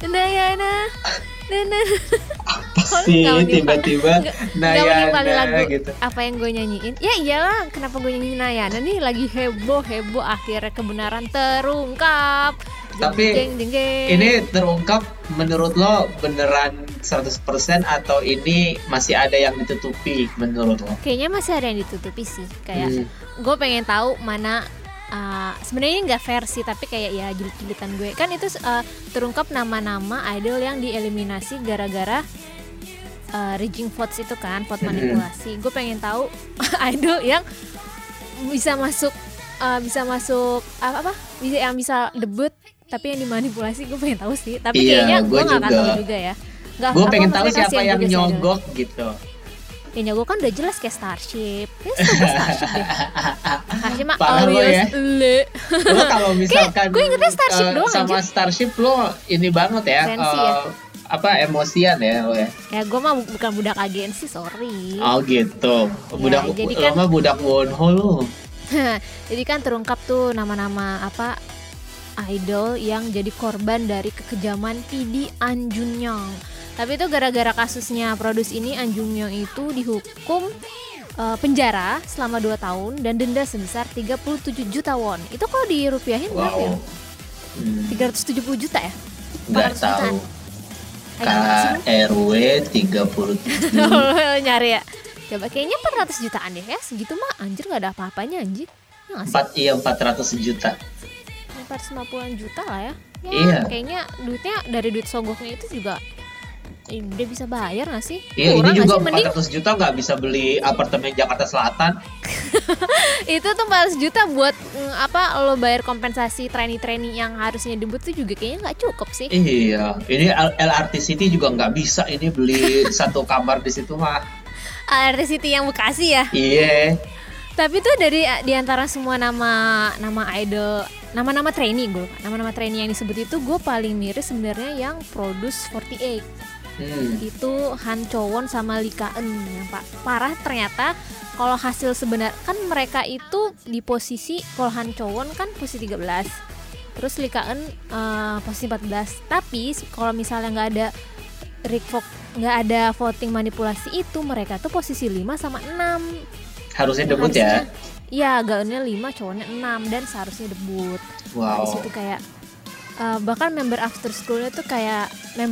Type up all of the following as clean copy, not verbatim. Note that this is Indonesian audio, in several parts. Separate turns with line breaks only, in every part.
Nayana, Nana.
Apa sih tiba-tiba Nayana gitu.
Apa yang gue nyanyiin? Ya iyalah, kenapa gue nyanyiin Nayana nih, lagi heboh akhirnya kebenaran terungkap.
Tapi ini terungkap menurut lo beneran 100% atau ini masih ada yang ditutupi menurut lo?
Kayaknya masih ada yang ditutupi sih. Kayak gue pengen tahu mana sebenarnya nggak fair sih, tapi kayak ya jilid-jilidan gue kan itu terungkap nama-nama idol yang dieliminasi gara-gara rigging votes itu kan, vote manipulasi. Gue pengen tahu idol yang bisa masuk yang bisa debut tapi yang dimanipulasi. Gue pengen tahu sih, tapi kayaknya gue nggak akan tahu juga ya.
Gue pengen tahu siapa yang nyogok gitu.
Ya nyogok kan udah jelas kayak Starship. Starship deh. Starship mah
alias le. Lo kalau misalkan
gue ingetnya Starship doang
sama
aja.
Starship lo ini banget ya. Emosian ya lo ya.
Ya gue mah bukan budak agensi, sorry.
Oh gitu. Budak
ya,
lo mah budak Wonho lo.
Jadi kan terungkap tuh nama-nama idol yang jadi korban dari kekejaman PD An Junyoung. Tapi itu gara-gara kasusnya produs ini, An Junyoung itu dihukum penjara selama 2 tahun dan denda sebesar 37 juta won. Itu kalau dirupiahin berapa ya? 370 juta ya?
Nggak tahu. KRW 37.
Nyari ya? Coba kayaknya 400 jutaan deh ya. Segitu mah anjir gak ada apa-apanya anjir.
400 juta.
450 juta lah ya.
Iya.
Kayaknya duitnya dari duit sogoknya itu juga dia bisa bayar gak sih?
Iya, kurang ini juga 400 juta gak bisa beli apartemen Jakarta Selatan.
Itu tuh 400 juta buat lo bayar kompensasi trainee yang harusnya debut tuh juga kayaknya gak cukup sih.
Iya, ini LRT City juga gak bisa ini beli satu kamar di situ mah.
LRT City yang Bekasi ya?
Iya.
Tapi tuh dari diantara semua nama idol, nama-nama trainee yang disebut itu, gue paling miris sebenarnya yang Produce 48. Itu Han Chowon sama Lee Ka-eun yang parah ternyata. Kalau hasil sebenarnya kan mereka itu di posisi, kalau Han Chowon kan posisi 13, terus Lee Ka-eun posisi 14. Tapi kalau misalnya nggak ada voting manipulasi itu, mereka tuh posisi 5 sama 6.
Harusnya debut ya?
Iya, Gaeunnya 5, cowoknya 6 dan seharusnya debut.
Wow.
Di situ kayak bahkan member after school kayak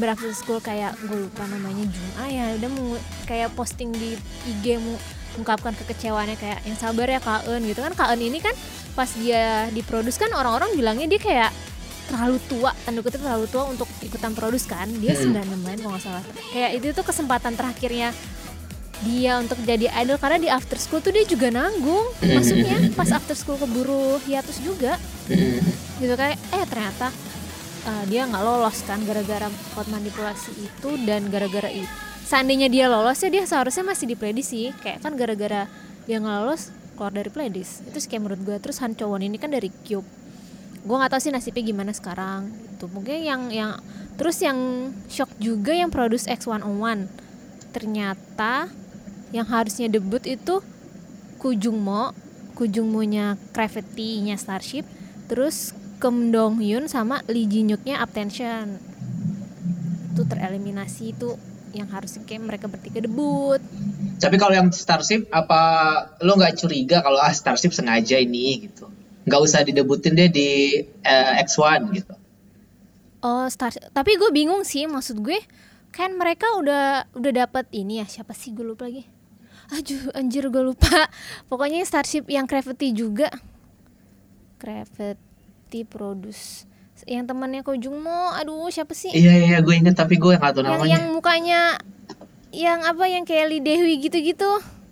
gue lupa namanya Jung ya, udah kayak posting di IG mengungkapkan kekecewaannya kayak yang sabar ya Ka-eun gitu kan. Ka-eun ini kan pas dia diproduce kan orang-orang bilangnya dia kayak terlalu tua, tanda kutip terlalu tua untuk ikutan produce kan. Dia 96 kalau nggak salah. Kayak itu tuh kesempatan terakhirnya dia untuk jadi idol, karena di after school tuh dia juga nanggung masuknya pas after school keburu hiatus juga gitu kayak ternyata dia nggak lolos kan gara-gara vote manipulasi itu. Dan gara-gara itu seandainya dia lolos ya dia seharusnya masih di playlist sih, kayak kan gara-gara dia nggak lolos keluar dari playlist itu sih kayak menurut gue. Terus Han Chowon ini kan dari Cube, gue nggak tahu sih nasibnya gimana sekarang itu. Mungkin yang terus yang shock juga yang Produce X101, ternyata yang harusnya debut itu Kujungmo-nya Gravity-nya Starship, terus Kim Dong Hyun sama Lee Ji Hyuk-nya Attention itu tereliminasi. Itu yang harusnya kayak mereka bertiga debut.
Tapi kalau yang Starship, apa lo nggak curiga kalau Starship sengaja ini gitu, nggak usah didebutin deh di X1 gitu?
Oh Starship, tapi gue bingung sih, maksud gue kan mereka udah dapat ini ya, siapa sih gue lupa lagi. Anjir gue lupa. Pokoknya Starship yang Gravity juga, Gravity Produce yang temannya Ko Jungmo, siapa sih?
Iya gue inget tapi gue nggak tahu namanya.
Yang mukanya yang kayak Lee Dewi gitu-gitu.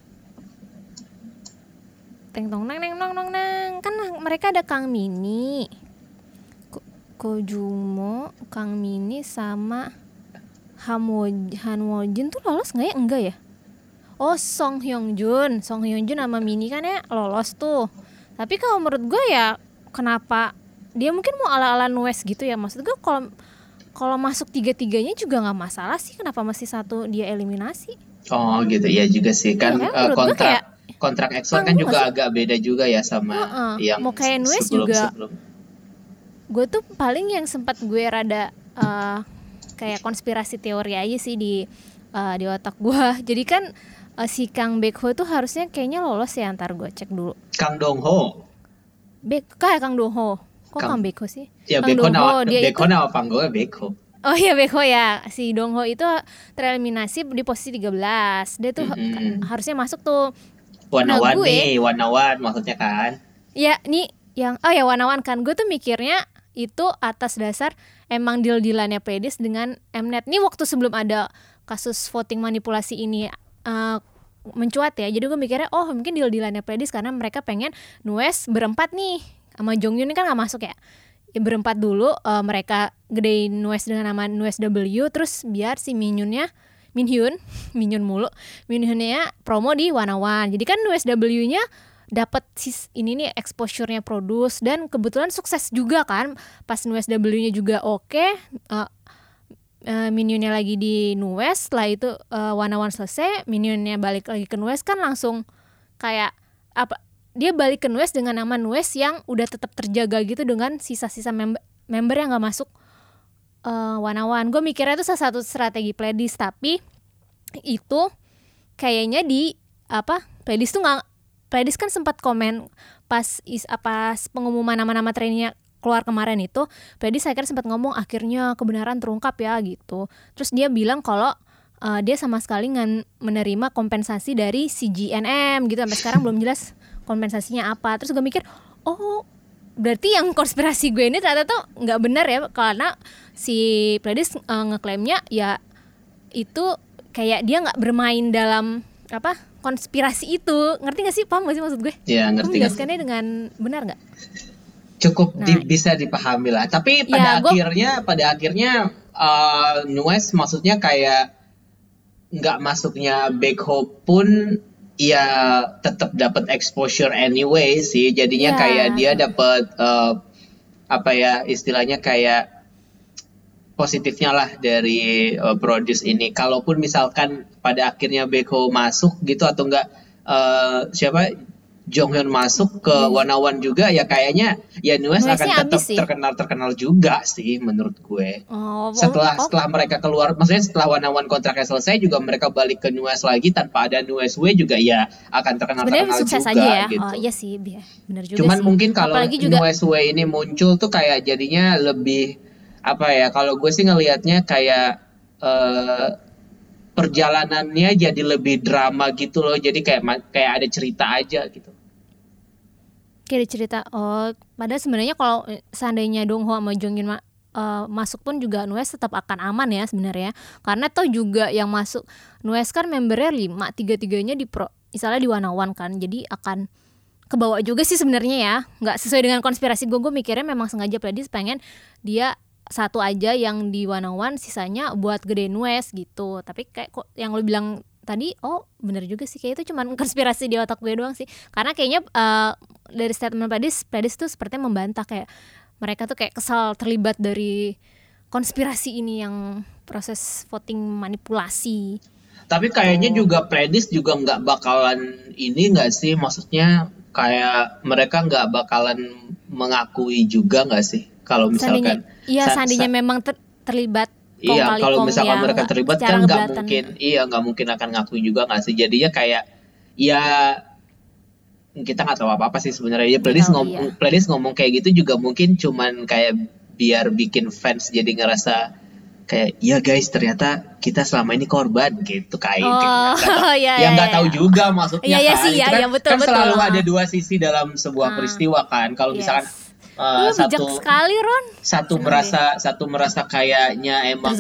Teng tong nang nang kan mereka ada Kang Mini, Ko Jungmo, Kang Mini sama Han Wojin tuh lolos nggak ya? Enggak ya? Oh Song Hyun Jun sama Mini kan ya lolos tuh. Tapi kalau menurut gue ya kenapa dia mungkin mau ala-ala West gitu ya. Maksud gue kalau masuk 3-3-nya juga nggak masalah sih. Kenapa masih satu dia eliminasi?
Oh gitu ya juga sih kan ya, kontrak X1 kan juga agak beda juga ya sama yang
mau kayak West juga. Gue tuh paling yang sempat gue rada kayak konspirasi teori aja sih di otak gue. Jadi kan si Kang Baekho itu harusnya kayaknya lolos ya, ntar gue cek dulu.
Kang Dong Ho.
Kayak Kang Dong Ho. Kok Kang Baekho sih?
Ya
Kang
Baekho
Dong Ho, dia
Baekho
itu
nama panggungnya Baekho.
Oh iya Baekho ya. Si Dong Ho itu tereliminasi di posisi 13. Dia tuh harusnya masuk tuh.
Wanawan nih, Wanawan maksudnya kan.
Ya nih yang ya Wanawan kan. Gue tuh mikirnya itu atas dasar emang deal-dealannya Pledis dengan Mnet. Ini waktu sebelum ada kasus voting manipulasi ini mencuat ya. Jadi gue mikirnya mungkin deal-dealannya Pledis karena mereka pengen Nues berempat nih. Sama Jonghyun ini kan gak masuk ya. Berempat dulu mereka gedein Nues dengan nama Nues W. Terus biar si Minhyunnya promo di Wanawan. Jadi kan Nues W-nya dapat ini nih exposure-nya produce dan kebetulan sukses juga kan. Pas Nues W-nya juga oke. Minhyunnya lagi di Nues, setelah itu Wanawan selesai, Minhyunnya balik lagi ke Nues kan langsung kayak apa? Dia balik ke Nues dengan nama Nues yang udah tetap terjaga gitu dengan sisa-sisa member yang nggak masuk Wanawan. Gue mikirnya itu salah satu strategi Pledis, tapi itu kayaknya Pledis kan sempat komen pas pengumuman nama-nama trainee keluar kemarin itu, Pledis akhirnya sempat ngomong akhirnya kebenaran terungkap ya gitu. Terus dia bilang kalau dia sama sekali nggak menerima kompensasi dari CGNM gitu, sampai sekarang belum jelas kompensasinya apa. Terus gue mikir berarti yang konspirasi gue ini ternyata tuh nggak benar ya, karena si Pledis ngeklaimnya ya itu kayak dia nggak bermain dalam konspirasi itu. Ngerti nggak sih, paham nggak sih maksud gue?
Ya ngerti.
Menjelaskannya dengan benar nggak?
Cukup bisa dipahami lah. Tapi pada akhirnya Nues maksudnya kayak nggak masuknya Baekho pun ya tetap dapat exposure anyway sih. Jadinya kayak dia dapat istilahnya kayak positifnya lah dari produce ini. Kalaupun misalkan pada akhirnya Baekho masuk gitu atau enggak Jonghyun masuk ke Wanawan juga, ya kayaknya ya Nues akan tetap terkenal juga sih menurut gue. Setelah mereka keluar, maksudnya setelah Wanawan kontraknya selesai juga mereka balik ke Nues lagi tanpa ada Nues W juga ya akan terkenal
sukses
juga
aja ya.
gitu.
Iya sih, benar juga.
Cuman
sih.
Mungkin kalau Nues W ini muncul tuh kayak jadinya lebih kalau gue sih ngelihatnya kayak perjalanannya jadi lebih drama gitu loh. Jadi kayak ada cerita aja gitu.
Kayak ada cerita. Padahal sebenarnya kalau seandainya Dong Ho sama Jonghyun masuk pun juga Nues tetap akan aman ya sebenarnya. Karena toh juga yang masuk Nues kan membernya 5, 3-3-nya misalnya di Wanawan kan. Jadi akan kebawa juga sih sebenarnya ya. Nggak sesuai dengan konspirasi gue mikirnya memang sengaja Pledis pengen dia satu aja yang di Wanawan, sisanya buat gede Nues gitu. Tapi kayak kok yang lo bilang tadi, bener juga sih, kayak itu cuma konspirasi di otak gue doang sih. Karena kayaknya dari statement Pledis tuh sepertinya membantah kayak mereka tuh kayak kesal terlibat dari konspirasi ini yang proses voting manipulasi.
Tapi kayaknya juga Pledis juga nggak bakalan ini nggak sih, maksudnya kayak mereka nggak bakalan mengakui juga nggak sih kalau misalkan
seandainya memang terlibat.
Iya, kalau misalkan mereka terlibat kan nggak mungkin akan ngakui juga nggak sih. Jadinya kayak ya kita nggak tahu apa sih sebenarnya. Pledis ngomong kayak gitu juga mungkin cuman kayak biar bikin fans jadi ngerasa kayak ya guys ternyata kita selama ini korban gitu kayak nggak tahu juga maksudnya kan selalu ada dua sisi dalam sebuah peristiwa kan. Kalau misalkan
bijak sekali Ron.
Satu merasa kayaknya emang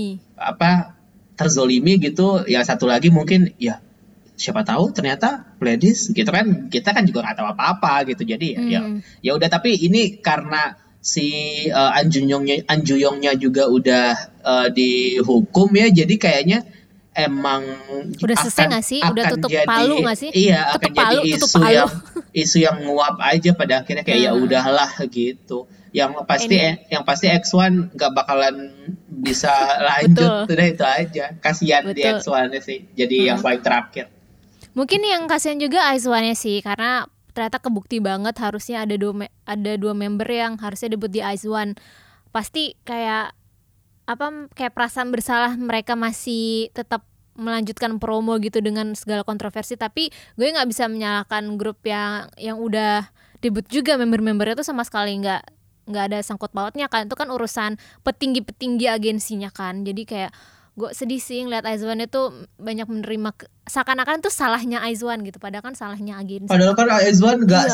terzolimi gitu, ya satu lagi mungkin ya siapa tahu ternyata Pledis gitu kan, kita kan juga nggak tahu apa-apa gitu. Jadi ya udah, tapi ini karena si An Ju-youngnya juga udah dihukum ya, jadi kayaknya emang
udah selesai nggak sih? Udah tutup palu nggak sih?
Iya, akan jadi isu yang nguap aja pada akhirnya kayak ya udahlah gitu. Yang pasti X1 nggak bakalan bisa lanjut. Udah itu aja. Kasihan di X1-nya sih. Jadi yang paling terakhir.
Mungkin yang kasihan juga X1-nya sih, karena ternyata kebukti banget harusnya ada dua member yang harusnya debut di X1. Pasti kayak kayak perasaan bersalah mereka masih tetap melanjutkan promo gitu dengan segala kontroversi, tapi gue nggak bisa menyalahkan grup yang udah debut juga, member-membernya tuh sama sekali nggak ada sangkut pautnya kan, itu kan urusan petinggi agensinya kan. Jadi kayak gue sedih sih ngeliat IZ*ONE itu banyak menerima seakan-akan tuh salahnya IZ*ONE gitu, padahal kan salahnya agensi.
Padahal kan IZ*ONE nggak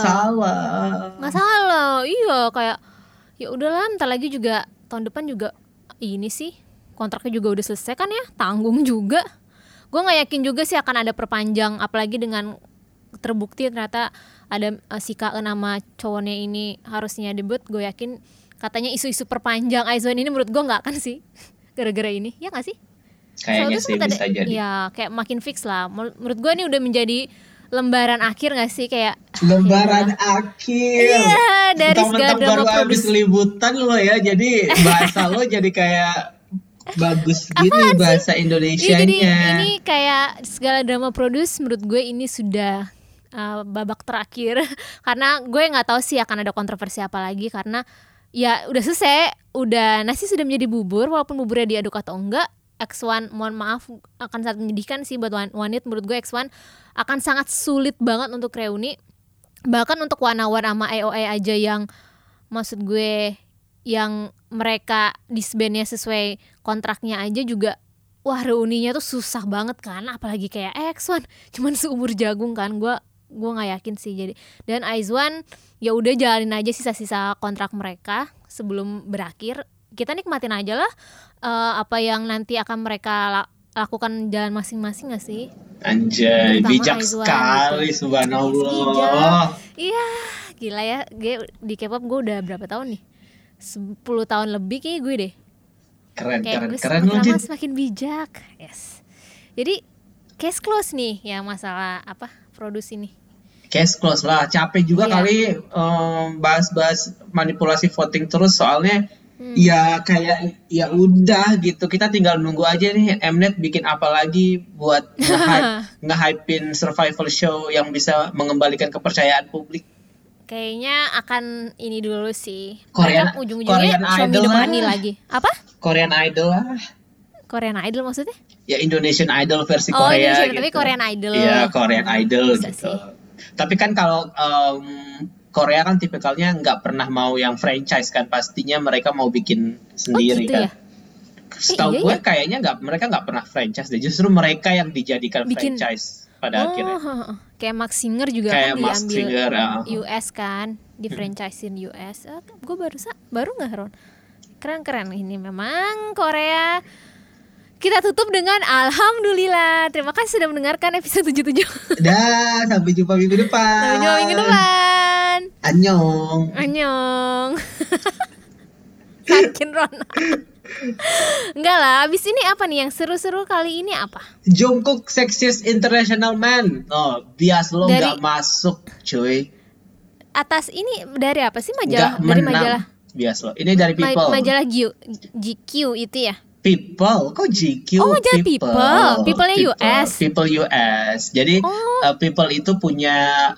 salah, iya kayak ya udahlah, bentar lagi juga tahun depan juga ini sih kontraknya juga udah selesai kan ya, tanggung juga. Gue nggak yakin juga sih akan ada perpanjang, apalagi dengan terbukti ternyata ada si KE nama cowoknya ini harusnya debut. Gue yakin katanya isu-isu perpanjang IZ*ONE ini menurut gue nggak akan sih gara-gara ini, ya nggak sih?
Kayaknya sih bisa jadi.
Ya kayak makin fix lah. Menurut gue ini udah menjadi lembaran akhir nggak sih, kayak
lembaran akhir.
Iya, dari segala
baru habis libutan lo ya, jadi bahasa lo jadi kayak bagus gini bahasa Indonesianya.
Jadi ini kayak segala drama produce menurut gue ini sudah babak terakhir karena gue nggak tahu sih akan ada kontroversi apa lagi, karena ya udah selesai, udah nasi sudah menjadi bubur, walaupun buburnya diaduk atau enggak. X1 mohon maaf akan sangat menyedihkan sih buat Wanit. Menurut gue X1 akan sangat sulit banget untuk reuni, bahkan untuk One Hour sama AOA aja yang maksud gue yang mereka disbandnya sesuai kontraknya aja juga, wah reuninya tuh susah banget kan, apalagi kayak X1 cuman seumur jagung kan. Gue nggak yakin sih. Jadi dan IZ*ONE ya udah jalanin aja sisa-sisa kontrak mereka sebelum berakhir, kita nikmatin aja lah apa yang nanti akan mereka lakukan jalan masing-masing nggak sih?
Anjay, bijak sekali gitu. Subhanallah.
Iya, gila ya. Di K-pop gue udah berapa tahun nih? 10 tahun lebih kayak gue deh.
Keren
loh. Semakin bijak. Yes. Jadi case close nih yang masalah produksi ini.
Case close lah. Capek juga kali bahas-bahas manipulasi voting terus, soalnya ya kayak ya udah gitu. Kita tinggal nunggu aja nih Mnet bikin apa lagi buat nge-hypein survival show yang bisa mengembalikan kepercayaan publik.
Kayaknya akan ini dulu sih.
Korean Idol
lagi. Apa?
Korean Idol lah.
Korean Idol maksudnya?
Ya Indonesian Idol versi Korea gitu.
Tapi Korean Idol.
Iya, Korean Idol bisa gitu. Sih. Tapi kan kalau Korea kan tipikalnya nggak pernah mau yang franchise kan, pastinya mereka mau bikin sendiri gitu kan. Ya? Setahu gue kayaknya mereka nggak pernah franchise deh, justru mereka yang dijadikan franchise pada akhirnya.
Kayak Max Singer juga
kayak
kan diambil
US
kan, di franchisein US. Gue baru nggak Ron? Keren ini memang Korea. Kita tutup dengan alhamdulillah. Terima kasih sudah mendengarkan episode 77.
Dah, sampai jumpa minggu depan. Annyeong.
Sakin Ron. Enggak lah, abis ini apa nih yang seru-seru kali ini apa?
Jungkook Sexiest International Man. Oh, bias lo nggak masuk, cuy.
Atas ini dari apa sih majalah? Dari majalah.
Bias lo. Ini dari People.
Majalah GQ itu ya?
People, kok GQ?
Oh, majalah People. People-nya US.
People US. Jadi People itu punya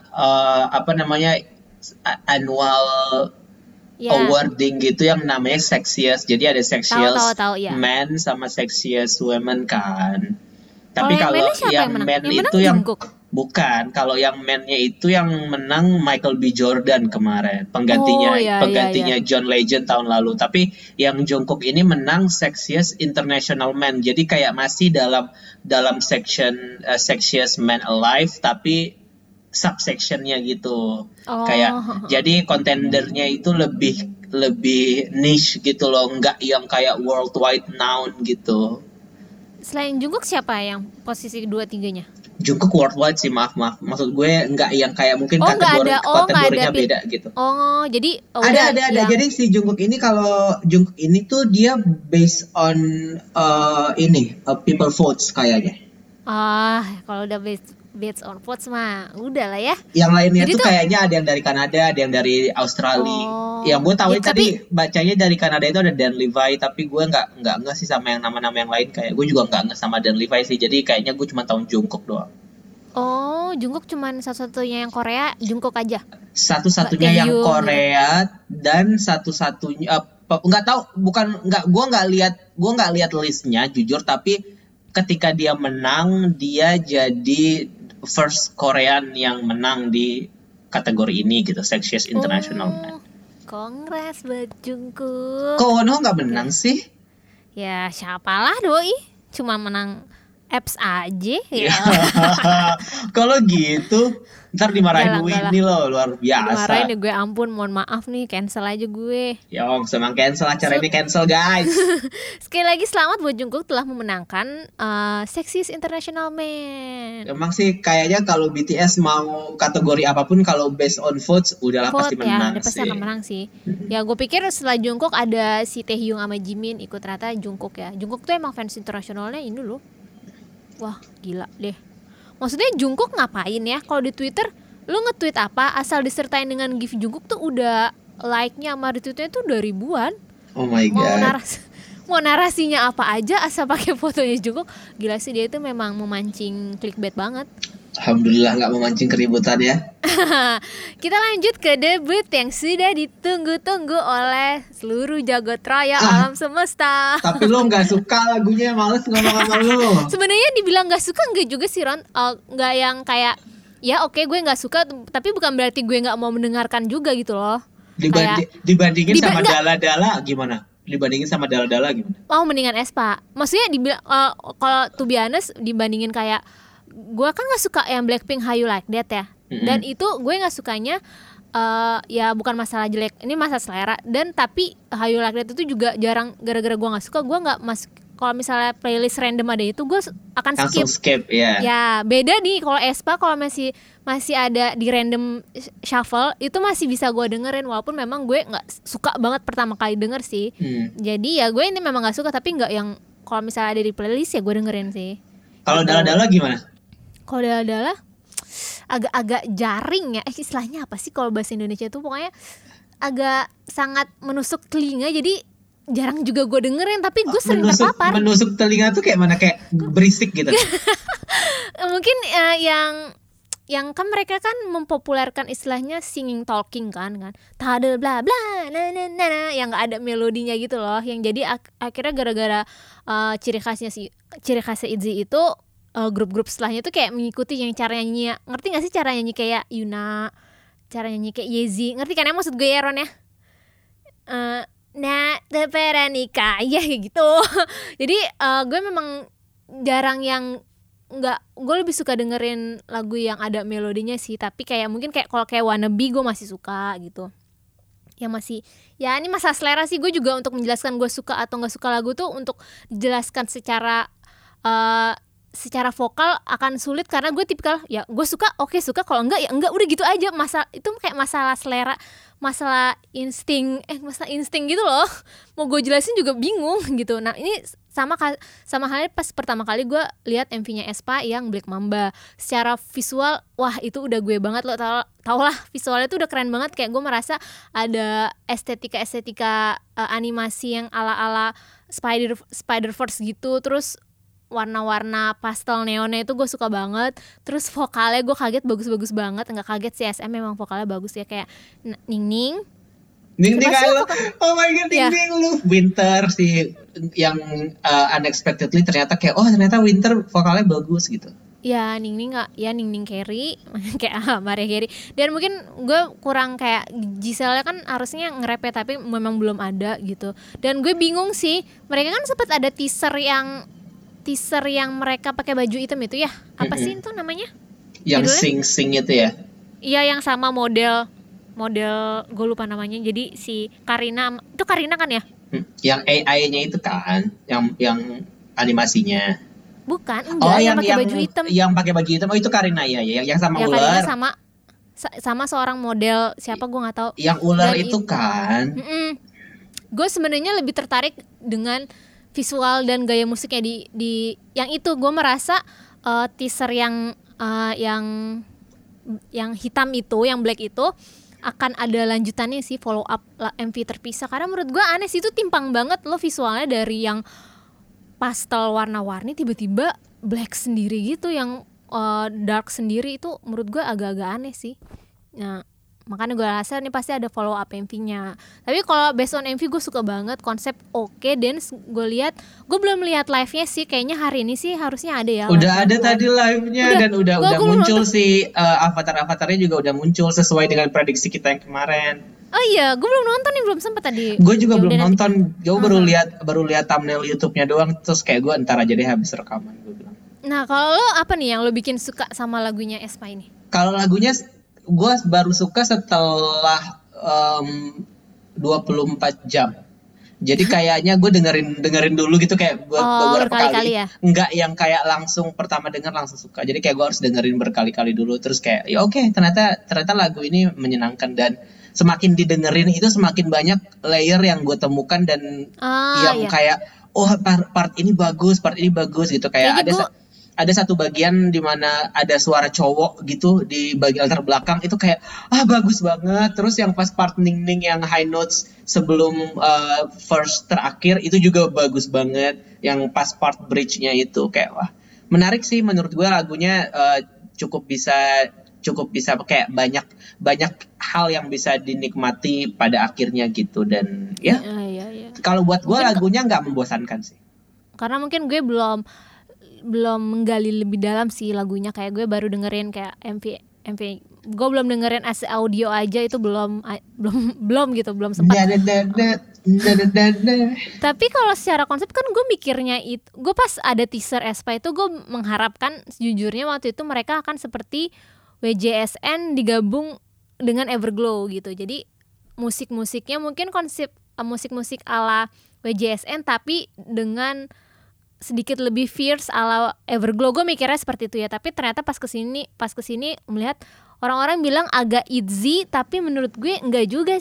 annual awarding gitu yang namanya Sexiest. Jadi ada Sexiest Man sama Sexiest Women kan. Tapi kalau yang men itu yang bukan, kalau yang men-nya itu yang menang Michael B. Jordan kemarin, penggantinya John Legend tahun lalu. Tapi yang Jungkook ini menang Sexiest International Man. Jadi kayak masih dalam section Sexiest Man Alive, tapi subsectionnya gitu. Kayak jadi kontendernya itu lebih niche gitu loh, nggak yang kayak worldwide noun gitu.
Selain Jungkook siapa yang posisi 2-3-nya?
Jungkook worldwide sih, maaf. Maksud gue nggak yang kayak mungkin kategorinya beda gitu.
Jadi
ada. Jadi si Jungkook ini, kalau Jungkook ini tuh dia based on people votes kayaknya.
Kalau udah based on votes mah udah lah ya.
Yang lainnya tuh kayaknya ada yang dari Kanada, ada yang dari Australia. Yang gue tahu tadi bacanya dari Kanada itu ada Dan Levi, tapi gue nggak nge sih sama yang nama-nama yang lain. Kayak gue juga nggak nge sama Dan Levi sih. Jadi kayaknya gue cuma tahu Jungkook doang.
Jungkook cuman satu-satunya yang Korea, Jungkook aja.
Satu-satunya yang Korea dan satu-satunya nggak tahu, bukan nggak, gue nggak lihat listnya jujur, tapi ketika dia menang, dia jadi first Korean yang menang di kategori ini gitu, Sexiest International Man.
Kongres buat Jungkook.
Kok Wonho nggak menang sih?
Ya siapalah doi, cuma menang apps aja ya.
Kalau gitu ntar dimarahin Whitney loh, luar biasa.
Dimarahin gue, ampun, mohon maaf nih, cancel aja gue.
Yong, semang cancel acara ini, cancel guys.
Sekali lagi selamat buat Jungkook telah memenangkan Sexiest International Man.
Emang sih kayaknya kalau BTS mau kategori apapun, kalau based on votes udahlah pasti menang.
Ya, pasti akan menang sih. Ya gue pikir setelah Jungkook ada si Taehyung sama Jimin ikut, ternyata Jungkook ya. Jungkook tuh emang fans internasionalnya ini loh. Wah gila deh. Maksudnya Jungkook ngapain ya? Kalau di Twitter lu nge-tweet apa asal disertain dengan gif Jungkook tuh udah like-nya sama retweet-nya tuh udah ribuan.
Oh my god.
Mau narasinya apa aja asal pakai fotonya Jungkook. Gila sih, dia itu memang memancing clickbait banget.
Alhamdulillah gak memancing keributan ya.
Kita lanjut ke debut yang sudah ditunggu-tunggu oleh seluruh jagat raya alam semesta.
Tapi lo gak suka lagunya, males ngomong sama lo.
Sebenarnya dibilang gak suka enggak juga sih Ron. Gak yang kayak ya oke, gue gak suka, tapi bukan berarti gue gak mau mendengarkan juga gitu loh.
Dibandingin sama Dala-Dala gimana? Dibandingin sama Dala-Dala gimana?
Mau mendingan Aespa. Maksudnya kalau to be honest, dibandingin kayak gue kan gak suka yang Blackpink How You Like That ya. Dan itu gue gak sukanya ya bukan masalah jelek, ini masalah selera. Dan tapi How You Like That itu juga jarang, gara-gara gue gak suka, gue gak masuk. Kalau misalnya playlist random ada itu, gue akan skip
ya.
Ya beda nih kalau Aespa, kalau masih ada di random shuffle itu masih bisa gue dengerin, walaupun memang gue gak suka banget pertama kali denger sih. Jadi ya gue ini memang gak suka, tapi gak yang kalau misalnya ada di playlist ya gue dengerin sih.
Kalau Dala-Dala gimana?
Kalau Dala-Dala agak jaring ya, istilahnya apa sih kalau bahasa Indonesia itu, pokoknya agak sangat menusuk telinga, jadi jarang juga gue dengerin, tapi gue sering terpapar.
Menusuk telinga tuh kayak mana, kayak berisik gitu?
Mungkin yang kan mereka kan mempopulerkan istilahnya singing talking kan tadel bla bla na na na, yang nggak ada melodinya gitu loh, yang jadi akhirnya gara-gara ciri khasnya ITZY itu grup-grup setelahnya tuh kayak mengikuti yang cara nyanyi. Ngerti gak sih cara nyanyi kayak Yuna, cara nyanyi kayak Yezy, ngerti kan ya maksud gue ya Ron ya? Nah Teperanika ya kayak gitu. Jadi gue memang jarang yang nggak, gue lebih suka dengerin lagu yang ada melodinya sih. Tapi kayak mungkin kayak kalau kayak Wannabe gue masih suka gitu. Ya masih, ya ini masalah selera sih. Gue juga untuk menjelaskan gue suka atau nggak suka lagu tuh untuk dijelaskan secara vokal akan sulit, karena gue tipikal ya gue suka oke suka, kalau enggak ya enggak, udah gitu aja. Masalah itu kayak masalah selera, masalah insting gitu loh. Mau gue jelasin juga bingung gitu. Nah ini sama halnya pas pertama kali gue lihat MV-nya Aespa yang Black Mamba. Secara visual wah itu udah gue banget, lo tau lah visualnya tuh udah keren banget. Kayak gue merasa ada estetika animasi yang ala Spider-Verse gitu. Terus warna-warna pastel neonnya itu gue suka banget. Terus vokalnya gue kaget, bagus-bagus banget. Enggak kaget sih, SM memang vokalnya bagus ya. Kayak Ningning
kalau oh my god, Ningning lu Winter sih yang unexpectedly ternyata kayak ternyata Winter vokalnya bagus gitu.
Ya Ningning Carey kayak Maria Carey. Dan mungkin gue kurang kayak Giselle kan harusnya nge-rap ya, tapi memang belum ada gitu. Dan gue bingung sih, mereka kan sempat ada teaser yang mereka pakai baju hitam itu ya. Apa sih itu namanya?
Yang sing itu ya?
Iya, yang sama model gue lupa namanya. Jadi si Karina kan ya?
Yang AI-nya itu kan, yang animasinya.
Bukan, enggak, yang pakai baju hitam.
Yang pakai baju hitam, itu Karina ya, yang sama
ya,
ular.
Karina sama seorang model, siapa gue nggak tahu.
Yang ular itu kan.
Gue sebenarnya lebih tertarik dengan visual dan gaya musiknya di yang itu. Gue merasa teaser yang hitam itu, yang black itu akan ada lanjutannya sih, follow up MV terpisah. Karena menurut gue aneh sih, itu timpang banget lo visualnya dari yang pastel warna-warni tiba-tiba black sendiri gitu, yang dark sendiri. Itu menurut gue agak-agak aneh sih. Nah makanya gue rasa nih pasti ada follow up MV-nya. Tapi kalau based on MV gue suka banget konsep dance. Gue lihat, gue belum lihat live-nya sih, kayaknya hari ini sih harusnya ada ya.
Udah ada tadi live-nya dan udah muncul sih avatar-avatarnya juga udah muncul sesuai dengan prediksi kita yang kemarin.
Oh iya, gue belum nonton nih, belum sempat tadi.
Gue juga belum nonton, gue baru lihat thumbnail YouTube-nya doang, terus kayak gue ntar aja deh habis rekaman gue bilang.
Nah kalau lo apa nih yang lo bikin suka sama lagunya aespa ini?
Kalau lagunya gue baru suka setelah 24 jam. Jadi kayaknya gue dengerin dulu gitu kayak beberapa kali. Ya? Enggak yang kayak langsung pertama denger langsung suka. Jadi kayak gue harus dengerin berkali-kali dulu. Terus kayak ya oke, ternyata lagu ini menyenangkan. Dan semakin didengerin itu semakin banyak layer yang gue temukan. Dan kayak part ini bagus gitu. Kayak ada satu bagian di mana ada suara cowok gitu di bagian latar belakang, itu kayak bagus banget. Terus yang pas part ning-ning yang high notes sebelum verse terakhir itu juga bagus banget. Yang pas part bridge-nya itu kayak menarik sih menurut gue. Lagunya cukup bisa kayak banyak hal yang bisa dinikmati pada akhirnya gitu. Dan kalau buat gue lagunya nggak membosankan sih.
Karena mungkin gue belum menggali lebih dalam sih lagunya, kayak gue baru dengerin kayak MV gue belum dengerin as audio aja, itu belum sempat. Tapi kalau secara konsep kan gue mikirnya itu, gue pas ada teaser aespa itu gue mengharapkan sejujurnya waktu itu mereka akan seperti WJSN digabung dengan Everglow gitu. Jadi musik-musiknya mungkin konsep musik-musik ala WJSN tapi dengan sedikit lebih fierce ala Everglow. Gue mikirnya seperti itu ya, tapi ternyata pas kesini melihat orang-orang bilang agak itzy, tapi menurut gue enggak juga.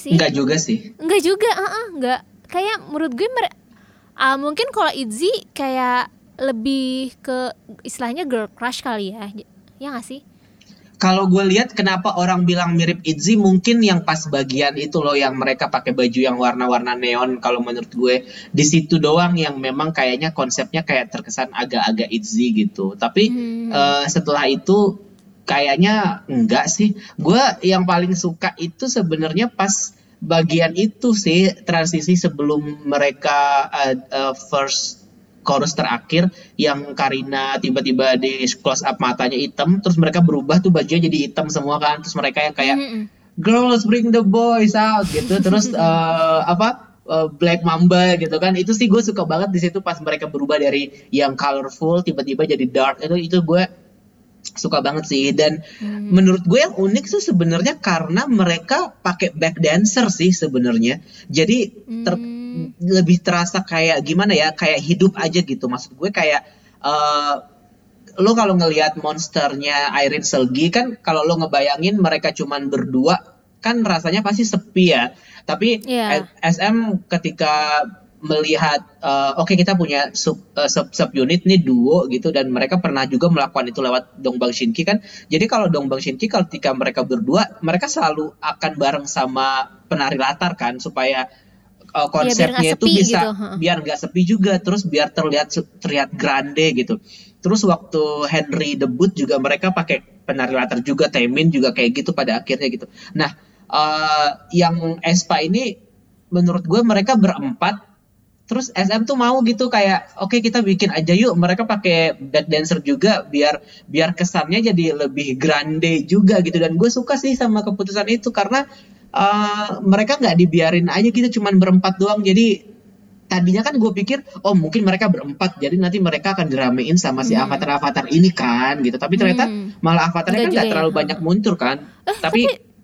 Enggak. Kayak menurut gue mungkin kalau itzy kayak lebih ke istilahnya girl crush kali ya nggak sih?
Kalau gue lihat kenapa orang bilang mirip itzy, mungkin yang pas bagian itu loh yang mereka pakai baju yang warna-warna neon. Kalau menurut gue di situ doang yang memang kayaknya konsepnya kayak terkesan agak-agak itzy gitu. Tapi setelah itu kayaknya enggak sih. Gue yang paling suka itu sebenarnya pas bagian itu sih, transisi sebelum mereka first chorus terakhir yang Karina tiba-tiba di close up matanya hitam, terus mereka berubah tuh bajunya jadi hitam semua kan, terus mereka yang kayak girls bring the boys out gitu, terus Black Mamba gitu kan, itu sih gue suka banget di situ pas mereka berubah dari yang colorful tiba-tiba jadi dark, itu gue suka banget sih. Dan menurut gue yang unik sih sebenarnya karena mereka pakai back dancer sih sebenarnya, jadi lebih terasa kayak gimana ya, kayak hidup aja gitu. Maksud gue kayak lo kalau ngelihat monsternya Irene Selgi kan, kalau lo ngebayangin mereka cuman berdua kan rasanya pasti sepi ya. Tapi SM ketika melihat kita punya sub unit nih duo gitu, dan mereka pernah juga melakukan itu lewat Dongbang Shinki kan. Jadi kalau Dongbang Shinki ketika mereka berdua, mereka selalu akan bareng sama penari latar kan, supaya konsepnya itu bisa gitu, biar nggak sepi juga, terus biar terlihat grande gitu. Terus waktu Henry debut juga mereka pakai penari latar juga, Taemin juga kayak gitu pada akhirnya gitu. Nah, yang aespa ini menurut gue mereka berempat, terus SM tuh mau gitu kayak kita bikin aja yuk, mereka pakai back dancer juga biar kesannya jadi lebih grande juga gitu. Dan gue suka sih sama keputusan itu karena mereka nggak dibiarin aja gitu cuman berempat doang. Jadi tadinya kan gue pikir mungkin mereka berempat jadi nanti mereka akan diramein sama si avatar ini kan gitu, tapi ternyata malah avatarnya kan nggak terlalu banyak muncul kan. Tapi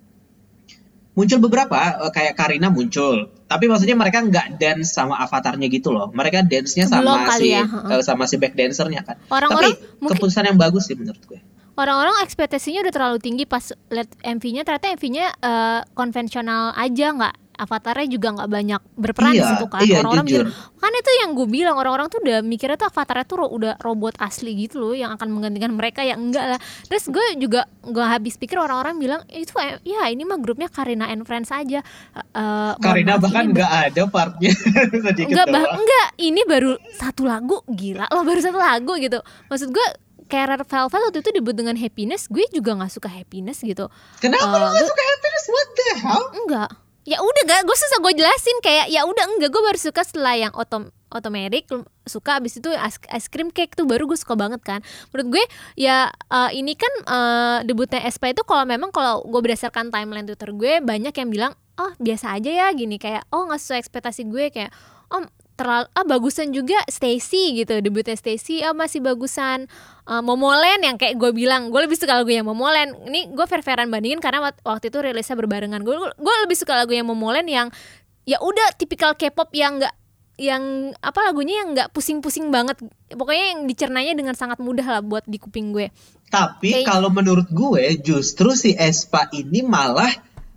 muncul beberapa, kayak Karina muncul, tapi maksudnya mereka nggak dance sama avatarnya gitu loh, mereka dance-nya sama si back dancernya kan. Tapi keputusan yang bagus sih menurut gue.
Orang-orang ekspektasinya udah terlalu tinggi pas liat MV-nya, ternyata MV-nya konvensional aja, nggak, avatarnya juga nggak banyak berperan di situ kan. Orang-orang mikir, kan itu yang gue bilang, orang-orang tuh udah mikirnya tuh avatarnya tuh udah robot asli gitu loh yang akan menggantikan mereka, yang enggak lah. Terus gue juga nggak habis pikir, orang-orang bilang itu ya ini mah grupnya Karina and Friends aja.
Karina bahkan nggak ada partnya sedikit doang.
Enggak, ini baru satu lagu, gila loh, baru satu lagu gitu. Maksud gue kayak Red Velvet waktu itu debut dengan Happiness, gue juga nggak suka Happiness gitu.
Kenapa lo nggak suka Happiness? What the hell?
Enggak. Ya udah gak, gue susah gue jelasin kayak ya udah enggak, gue baru suka setelah yang Automatic suka, abis itu Ice Cream Cake tuh baru gue suka banget kan. Menurut gue ya ini kan debutnya aespa itu kalau gue berdasarkan timeline Twitter gue banyak yang bilang oh biasa aja ya gini, kayak oh nggak sesuai ekspektasi gue, kayak oh terlalu bagusan juga Stacy gitu, debutnya Stacy masih bagusan Momoland yang kayak gue bilang gue lebih suka lagu yang Momoland. Ini gue fair-fairan bandingin karena waktu itu rilisnya berbarengan. Gue lebih suka lagu yang Momoland yang ya udah tipikal K-pop yang nggak, yang lagunya yang nggak pusing-pusing banget, pokoknya yang dicernanya dengan sangat mudah lah buat di kuping gue.
Tapi kalau menurut gue justru si aespa ini malah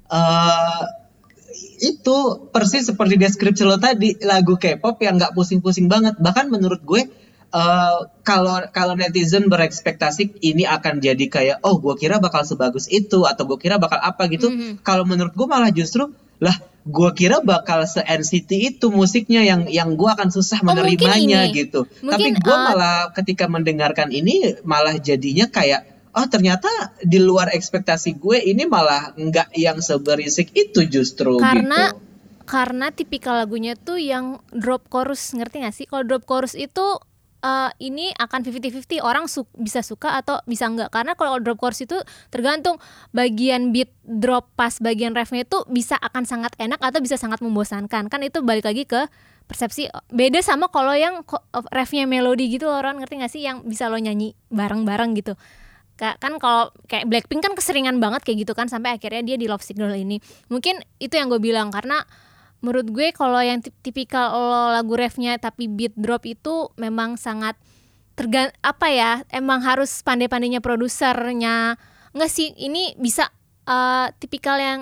itu persis seperti deskripsi lo tadi, lagu K-pop yang nggak pusing-pusing banget. Bahkan menurut gue kalau netizen berekspektasi ini akan jadi kayak oh gue kira bakal sebagus itu atau gue kira bakal apa gitu. Kalau menurut gue malah justru lah gue kira bakal se-NCT itu musiknya yang gue akan susah menerimanya gitu. Tapi gue malah ketika mendengarkan ini malah jadinya kayak oh ternyata di luar ekspektasi gue, ini malah nggak yang seberisik itu justru gitu.
Karena tipikal lagunya tuh yang drop chorus, ngerti gak sih? Kalau drop chorus itu ini akan 50-50, orang bisa suka atau bisa enggak. Karena kalau drop chorus itu tergantung bagian beat drop pas bagian refnya itu bisa akan sangat enak atau bisa sangat membosankan. Kan itu balik lagi ke persepsi. Beda sama kalau yang refnya melodi gitu, orang ngerti gak sih? Yang bisa lo nyanyi bareng-bareng gitu. Kan kalau kayak Blackpink kan keseringan banget kayak gitu kan, sampai akhirnya dia di Love Signal ini. Mungkin itu yang gue bilang, karena menurut gue kalau yang tipikal lagu refnya tapi beat drop itu memang sangat emang harus pandai-pandainya produsernya. Enggak sih, ini bisa tipikal yang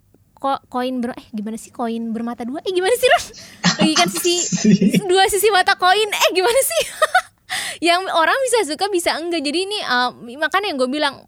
gimana sih koin bermata dua? Gimana sih Ron? Lagi kan dua sisi mata koin. Gimana sih? Yang orang bisa suka bisa enggak. Jadi ini makanya yang gue bilang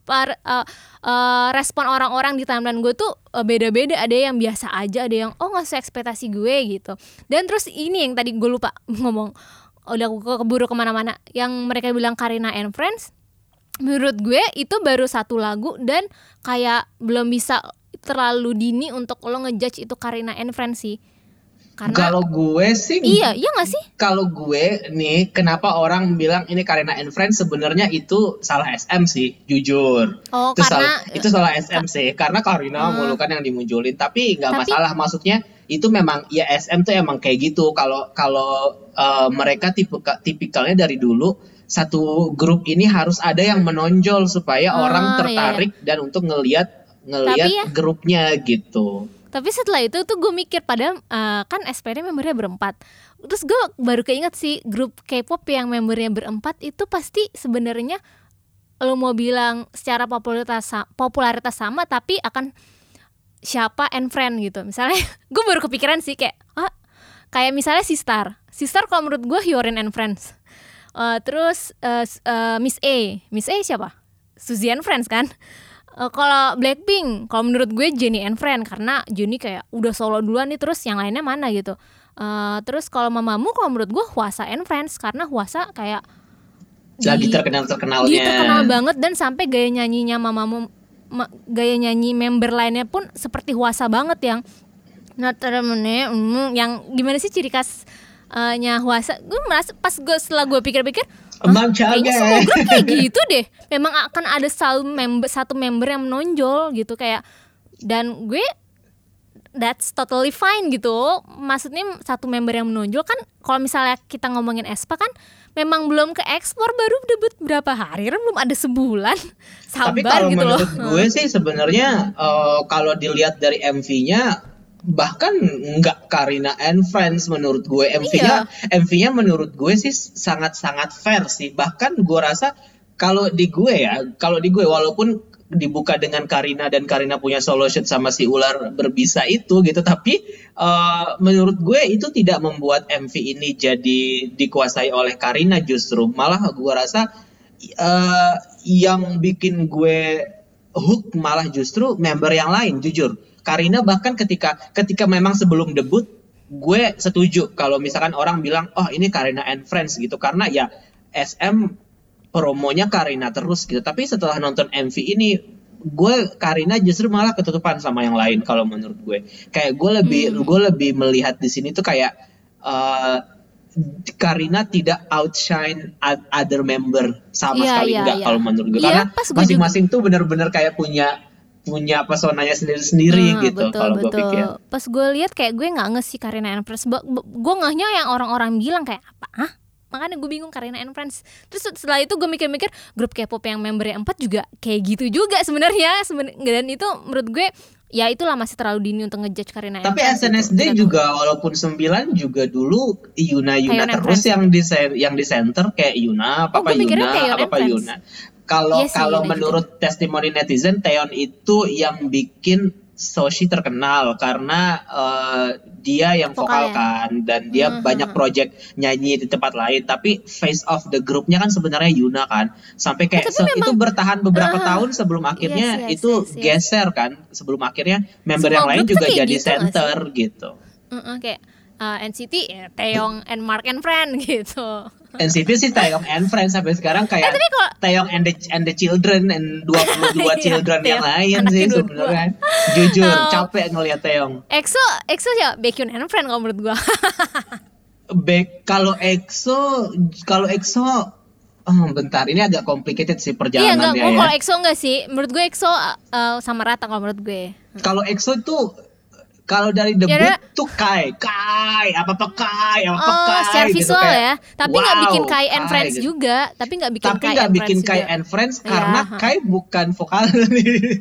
respon orang-orang di timeline gue tuh beda-beda. Ada yang biasa aja, ada yang nggak sesuai ekspektasi gue gitu. Dan terus ini yang tadi gue lupa ngomong, udah keburu kemana-mana, yang mereka bilang Karina and Friends. Menurut gue itu baru satu lagu dan kayak belum bisa terlalu dini untuk lo ngejudge itu Karina and Friends sih.
Kalau gue sih
iya gak sih?
Kalau gue nih, kenapa orang bilang ini Karina and Friends, sebenarnya itu salah SM sih, jujur. Itu salah SM sih, karena Karina mulu kan yang dimunculin. Tapi nggak masalah, maksudnya itu memang ya SM tuh emang kayak gitu. Kalau mereka tipikalnya dari dulu, satu grup ini harus ada yang menonjol supaya orang tertarik dan untuk ngelihat grupnya gitu.
Tapi setelah itu tuh gue mikir, padahal kan SPD membernya berempat. Terus gue baru keinget sih, grup K-pop yang membernya berempat itu pasti sebenarnya lo mau bilang secara popularitas sama, tapi akan siapa and friend gitu. Misalnya gue baru kepikiran sih kayak misalnya Sistar kalau menurut gue Hyorin and Friends. Terus Miss A siapa? Suzy and Friends kan. Kalau Blackpink, kalau menurut gue Jennie and Friend, karena Jennie kayak udah solo duluan nih, terus yang lainnya mana gitu. Terus kalau Mamamoo, kalau menurut gue Hwasa and Friends, karena Hwasa kayak
lagi terkenalnya.
Dia terkenal banget, dan sampai gaya nyanyinya Mamamoo, gaya nyanyi member lainnya pun seperti Hwasa banget, yang yang gimana sih ciri khasnya Hwasa. Gue merasa pas setelah gue pikir-pikir, kayaknya semua grup kayak gitu deh. Memang akan ada satu member yang menonjol gitu kayak, dan gue that's totally fine gitu. Maksudnya satu member yang menonjol kan, kalau misalnya kita ngomongin aespa kan memang belum ke ekspor, baru debut berapa hari, belum ada sebulan. Sabar.
Tapi kalau
gitu
menurut
loh.
Gue sih sebenarnya kalau dilihat dari MV-nya, bahkan nggak Karina and Friends menurut gue. MV-nya menurut gue sih sangat-sangat fair sih. Bahkan gue rasa kalau di gue walaupun dibuka dengan Karina dan Karina punya solo shoot sama si ular berbisa itu gitu, tapi menurut gue itu tidak membuat MV ini jadi dikuasai oleh Karina. Justru malah gue rasa yang bikin gue hook malah justru member yang lain, jujur. Karina bahkan ketika memang sebelum debut, gue setuju kalau misalkan orang bilang ini Karina and Friends gitu, karena ya SM promonya Karina terus gitu. Tapi setelah nonton MV ini, Karina justru malah ketutupan sama yang lain kalau menurut gue. Kayak gue lebih melihat di sini tuh kayak Karina tidak outshine other member sama sekali enggak kalau menurut gue. Karena masing-masing tuh benar-benar kayak punya pesonanya sendiri-sendiri gitu kalau gue pikir.
Pas gue lihat kayak gue nggak nge sih Karina and Friends. Gue ngehnya yang orang-orang bilang kayak apa? Makanya gue bingung Karina and Friends. Terus setelah itu gue mikir-mikir grup K-pop yang membernya 4 juga kayak gitu juga sebenarnya. Dan itu menurut gue ya itulah masih terlalu dini untuk ngejudge Karina and
Friends. Tapi SNSD gitu. Juga walaupun 9 juga dulu Yuna terus yang di center kayak Yuna, Papa Yuna. Kalau menurut testimoni netizen, Taeyeon itu yang bikin Soshi terkenal karena dia yang vokal kan, dan dia banyak project nyanyi di tempat lain. Tapi face of the groupnya kan sebenarnya Yuna kan, sampai kayak itu bertahan beberapa tahun sebelum akhirnya geser kan, sebelum akhirnya member yang lain juga jadi gitu, center gitu.
Kayak NCT ya Taeyong and Mark and Friend gitu.
NCT sih Taeyong and Friends sampai sekarang kayak Taeyong and the Children and 22 children yang lain sih sebenarnya. Jujur capek ngeliat Taeyong.
EXO ya Baekhyun and Friend kalau menurut gua.
Kalau EXO bentar, ini agak complicated sih perjalanannya.
Iya, kalau EXO enggak sih. Menurut gue EXO sama rata kalau menurut gue.
Kalau EXO itu kalau dari debut tuh Kai
secara
gitu,
visual
kayak,
ya, tapi nggak bikin Kai and Friends gitu. Juga, tapi nggak bikin
Kai and Friends karena Kai bukan vokal nih.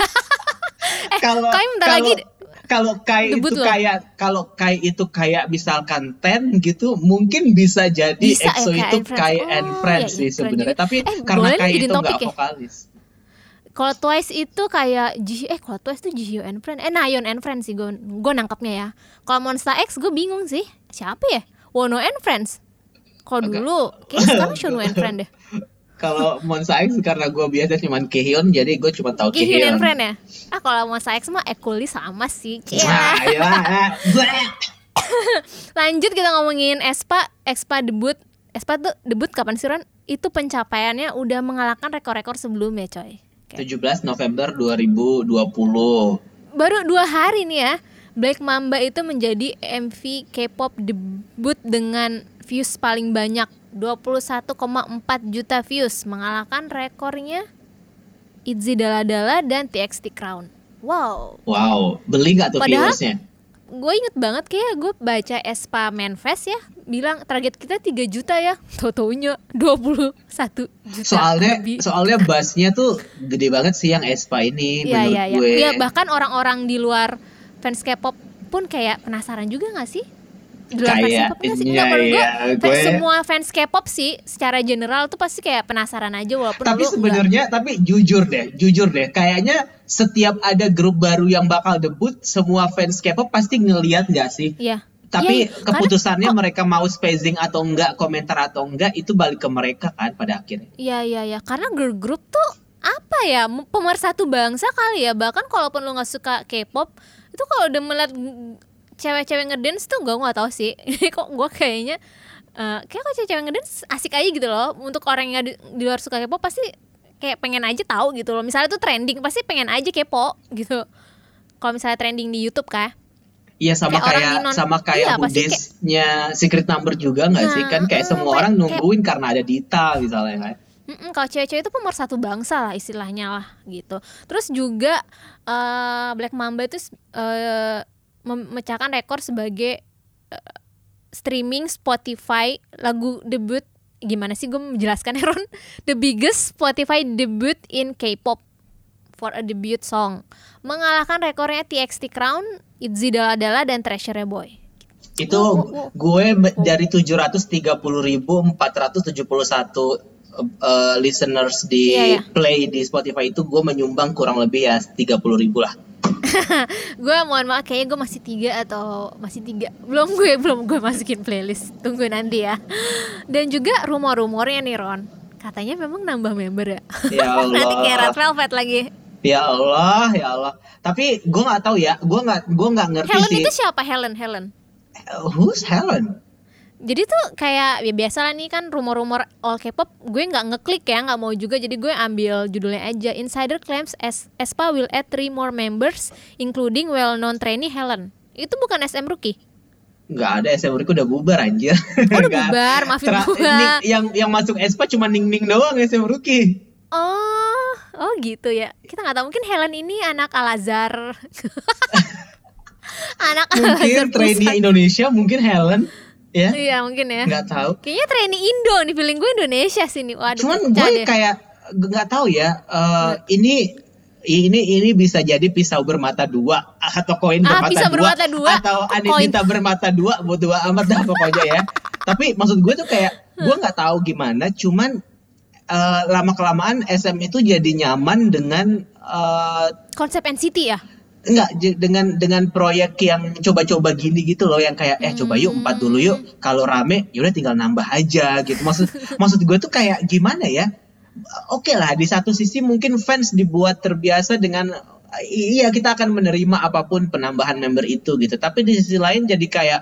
Kalau Kai itu kayak misalkan 10 gitu, mungkin bisa jadi EXO itu Kai and Friends sih sebenarnya. Tapi karena Kai itu nggak vokalis.
Kalau Twice itu kayak kalau Twice itu Jihyo and Friends, Nayeon and Friends sih gue nangkapnya ya. Kalau Monsta X gue bingung sih siapa ya, Wono and Friends. Kalau dulu kayak sekarang Shownu and Friends deh.
Kalau Monsta X karena gue biasa cuman Kihyun, jadi gue cuma tahu Kihyun
and Friends ya. Kalau Monsta X mah Ekuli sama sih. Lanjut kita ngomongin Aespa debut. Aespa tuh debut kapan sih Ron? Itu pencapaiannya udah mengalahkan rekor-rekor sebelumnya coy.
17 November 2020.
Baru 2 hari nih ya, Black Mamba itu menjadi MV K-pop debut dengan views paling banyak 21,4 juta views, mengalahkan rekornya ITZY Dalla Dalla dan TXT Crown. Wow,
beli gak tuh viewersnya?
Gue inget banget kayak gue baca Aespa Manifest ya, bilang target kita 3 juta ya, tau-taunya 21 juta.
Soalnya bassnya tuh gede banget sih yang Aespa ini menurut gue.
Iya, bahkan orang-orang di luar fans K-pop pun kayak penasaran juga gak sih? Semua fans K-pop sih secara general tuh pasti kayak penasaran aja walaupun.
Tapi sebenarnya jujur deh kayaknya setiap ada grup baru yang bakal debut, semua fans K-pop pasti ngelihat nggak sih?
Iya.
Tapi keputusannya mereka mau spacing atau enggak, komentar atau enggak, itu balik ke mereka kan pada akhirnya.
Iya. Karena grup tuh apa ya, pemersatu bangsa kali ya. Bahkan kalaupun lo nggak suka K-pop, itu kalau udah melihat cewek-cewek ngedance tuh gue nggak tahu sih. Kok gue kayaknya kalau cewek-cewek ngedance asik aja gitu loh. Untuk orang yang di luar suka K-pop pasti kayak pengen aja tahu gitu loh. Misalnya tuh trending pasti pengen aja kepo gitu. Kalau misalnya trending di YouTube kah?
Iya, sama kayak Budesnya Secret Number juga nggak sih? Kan kayak semua orang nungguin karena ada Dita misalnya kan.
Kalau cewek-cewek itu pemersatu bangsa lah istilahnya lah gitu. Terus juga Black Mamba itu memecahkan rekor sebagai streaming Spotify lagu debut. Gimana sih gue menjelaskan Ron? The biggest Spotify debut in K-pop for a debut song, mengalahkan rekornya TXT Crown, ITZY Dalla Dalla dan Treasure Boy.
Itu gue dari 730.471 listeners di play di Spotify itu, gue menyumbang kurang lebih ya 30.000 lah.
Gue mohon maaf kayaknya gue masih 3 belum gue masukin playlist, tunggu nanti ya. Dan juga rumor-rumornya nih Ron, katanya memang nambah member ya.
Ya Allah.
Nanti kayak Red Velvet lagi.
Ya Allah. Tapi gue nggak tahu ya, gue nggak ngerti
Helen
sih.
Itu siapa Helen?
Who's Helen?
Jadi tuh kayak ya biasa lah nih kan rumor-rumor all K-pop, gue nggak ngeklik ya, nggak mau juga, jadi gue ambil judulnya aja. Insider claims aespa will add 3 more members including well-known trainee Helen. Itu bukan SM Rookie?
Nggak ada, SM Rookie udah bubar anjir.
Oh udah bubar, maafin gue.
Yang masuk aespa cuma Ning doang SM Rookie.
Oh gitu ya. Kita nggak tahu, mungkin Helen ini anak Al-Azhar. Anak
mungkin trainee Indonesia, mungkin Helen. Ya?
Iya mungkin ya.
Nggak tahu.
Kayaknya trainee Indo nih, feeling gue Indonesia sih nih. Waduh.
Cuman gue kayak nggak tahu ya. Ini bisa jadi pisau bermata dua atau koin bermata dua atau anita bermata dua, bodo amat dah pokoknya ya. Tapi maksud gue tuh kayak gue nggak tahu gimana. Cuman lama kelamaan SM itu jadi nyaman dengan
konsep NCT ya.
Enggak, dengan proyek yang coba-coba gini gitu loh, yang kayak coba yuk 4 dulu yuk, kalau rame yaudah tinggal nambah aja gitu. Maksud gue tuh kayak gimana ya, oke lah, di satu sisi mungkin fans dibuat terbiasa dengan iya kita akan menerima apapun penambahan member itu gitu, tapi di sisi lain jadi kayak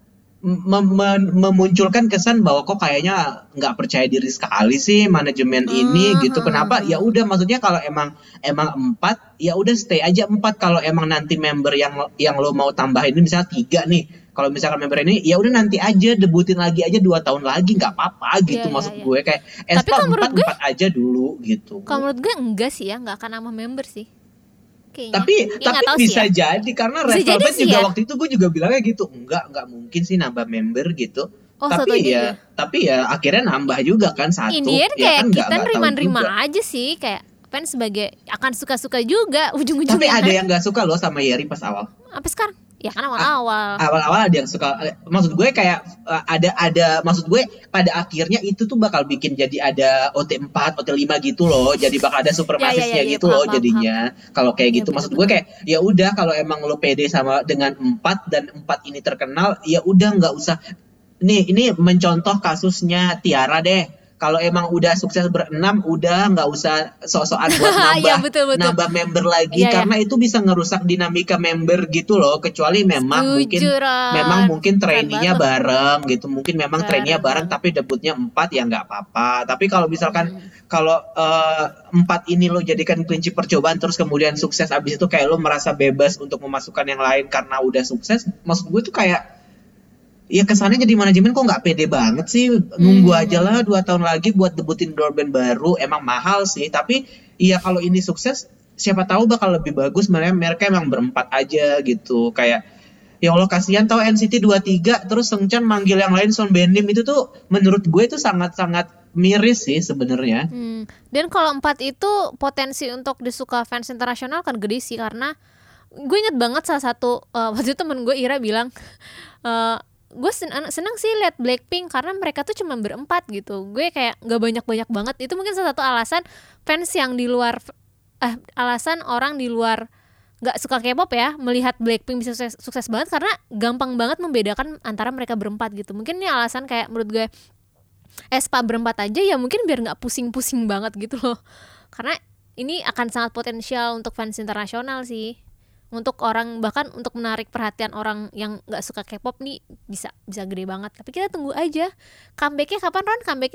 memunculkan kesan bahwa kok kayaknya nggak percaya diri sekali sih manajemen ini gitu. Kenapa? Ya udah, maksudnya kalau emang 4 ya udah stay aja 4. Kalau emang nanti member yang lo mau tambahin ini misalnya 3 nih, kalau misalkan member ini ya udah nanti aja debutin lagi aja 2 tahun lagi nggak apa-apa gitu. Maksud gue kayak aespa 4 aja dulu gitu.
Kalau menurut gue enggak sih ya, nggak akan nambah member sih. Kayaknya.
Tapi bisa ya jadi karena Red Velvet juga ya? Waktu itu gue juga bilangnya gitu, enggak mungkin sih nambah member gitu. Tapi ya akhirnya nambah juga kan 1.
Ini
ya
kayak
kan
kita nerima aja sih, kayak fans sebagai akan suka-suka juga ujung-ujungnya.
Tapi ada yang nggak suka loh sama Yeri pas awal.
Apa sekarang? Ya kan awal-awal.
Awal-awal ada yang suka. Maksud gue kayak ada maksud gue pada akhirnya itu tuh bakal bikin jadi ada OT4, OT5 gitu loh. Jadi bakal ada supremasinya gitu loh jadinya. Kalau kayak gitu maksud gue kayak ya udah, kalau emang lo pede sama dengan 4 dan 4 ini terkenal, ya udah nggak usah. Ini mencontoh kasusnya Tiara deh. Kalau emang udah sukses ber-6, udah nggak usah sok-sokan buat nambah member lagi, karena itu bisa ngerusak dinamika member gitu loh. Kecuali memang mungkin trainee-nya bareng gitu, mungkin memang trainee-nya bareng tapi debutnya 4 ya nggak apa-apa. Tapi kalau misalkan kalau 4 ini lo jadikan kunci percobaan terus kemudian sukses, abis itu kayak lo merasa bebas untuk memasukkan yang lain karena udah sukses, maksud gue tuh kayak ya kesannya jadi manajemen kok nggak pede banget sih, nunggu aja lah 2 tahun lagi buat debutin girl band baru. Emang mahal sih, tapi ya kalau ini sukses siapa tahu bakal lebih bagus. Mereka emang berempat aja gitu. Kayak ya Allah, kasihan tau NCT 23 terus Seungchan manggil yang lain Son Benim, itu tuh menurut gue itu sangat-sangat miris sih sebenarnya.
Dan kalau 4 itu potensi untuk disuka fans internasional kan gede sih, karena gue inget banget salah satu waktu itu temen gue Ira bilang gue seneng sih liat Blackpink karena mereka tuh cuma berempat gitu. Gue kayak nggak banyak banget. Itu mungkin salah satu alasan fans yang di luar alasan orang di luar nggak suka K-pop ya melihat Blackpink bisa sukses banget karena gampang banget membedakan antara mereka berempat gitu. Mungkin ini alasan kayak menurut gue aespa berempat aja ya mungkin biar nggak pusing-pusing banget gitu loh. Karena ini akan sangat potensial untuk fans internasional sih. Untuk orang, bahkan untuk menarik perhatian orang yang nggak suka K-pop nih bisa gede banget. Tapi kita tunggu aja comebacknya kapan, Ron, comebacknya?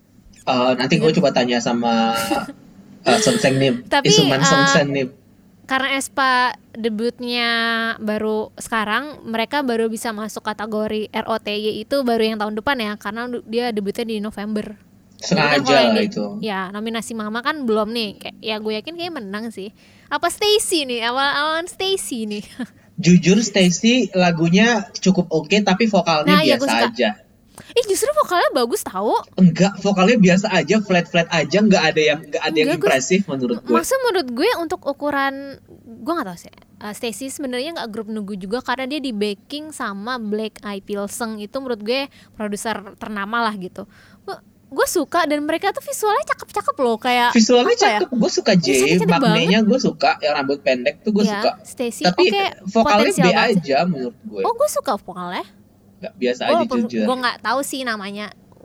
Nanti gue coba tanya sama Sungseng nih, Isuman Sungseng nih.
Karena aespa debutnya baru sekarang, mereka baru bisa masuk kategori ROTY itu baru yang tahun depan ya, karena dia debutnya di November.
Sengaja lah itu.
Ya nominasi Mama kan belum nih. Kayak ya gue yakin kayak menang sih. Apa Stacy nih? Awal-awalan Stacy nih.
Jujur Stacy lagunya cukup oke, tapi vokalnya biasa aja.
Justru vokalnya bagus tahu.
Enggak, vokalnya biasa aja, flat aja, nggak ada yang impresif menurut gue.
Maksudnya menurut gue untuk ukuran, gue nggak tahu sih. Stacy sebenarnya nggak grup nunggu juga karena dia di backing sama Black Eyed Pilseng, itu menurut gue produser ternama lah gitu. Gue suka, dan mereka tuh visualnya cakep-cakep loh, kayak
visualnya cakep ya? Gue suka Magnenya gue suka, yang rambut pendek tuh gue suka.
Stacy,
tapi vokalnya B aja menurut gue.
Gue suka vokalnya.
Gak biasa aja jujur.
Gue nggak tahu sih namanya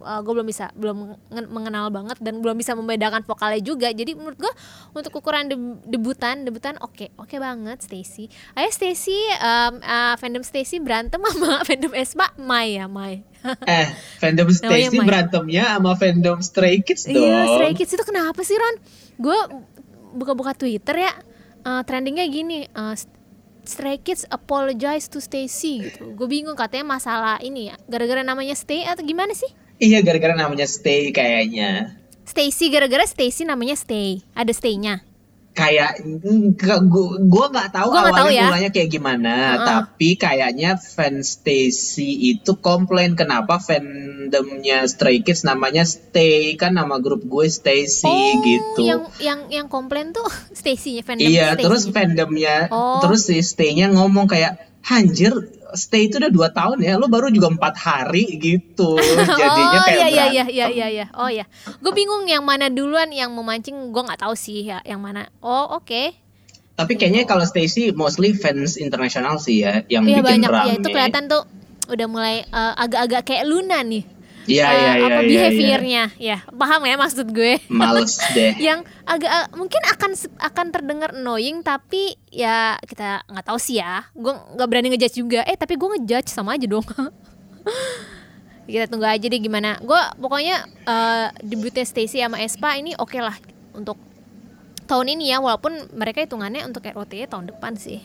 gue belum mengenal banget dan belum bisa membedakan vokalnya juga. Jadi menurut gue untuk ukuran debutan oke banget Stacey. Ayo Stacey, fandom Stacey berantem sama fandom aespa Mai.
Fandom Stacey berantemnya sama fandom Stray Kids dong.
Iya, Stray Kids itu kenapa sih Ron? Gue buka-buka Twitter ya, trendingnya gini, Stray Kids apologize to Stacey gitu. Gue bingung, katanya masalah ini ya, gara-gara namanya Stay atau gimana sih?
Iya, gara-gara namanya Stay kayaknya.
Stacey, gara-gara Stacey namanya Stay, ada Stay-nya.
Kayak gue nggak tahu awalnya mulanya kayak gimana, tapi kayaknya fans Stacey itu komplain kenapa fandomnya Stray Kids namanya Stay, kan nama grup gue Stacey gitu.
Yang komplain tuh Stacey-nya, fandom.
Iya,
Stacey.
Terus fandomnya, terus si Stay-nya ngomong kayak, anjir, Stay itu udah 2 tahun ya, lo baru juga 4 hari gitu. Jadinya kayak berantem.
Iya. Oh ya, gue bingung yang mana duluan yang memancing, gue nggak tahu sih ya yang mana. Oke.
Tapi kayaknya kalau Stacey mostly fans internasional sih ya, yang bikin
banyak,
rame.
Iya, itu kelihatan tuh udah mulai agak-agak kayak Luna nih.
Iya.
Behaviornya, ya paham ya maksud gue.
Males deh.
Yang agak mungkin akan terdengar annoying, tapi ya kita nggak tahu sih ya. Gue nggak berani ngejudge juga. Tapi gue ngejudge sama aja dong. Kita tunggu aja deh gimana. Gue pokoknya debutnya Stacey sama aespa ini oke lah untuk tahun ini ya, walaupun mereka hitungannya untuk ROT tahun depan sih.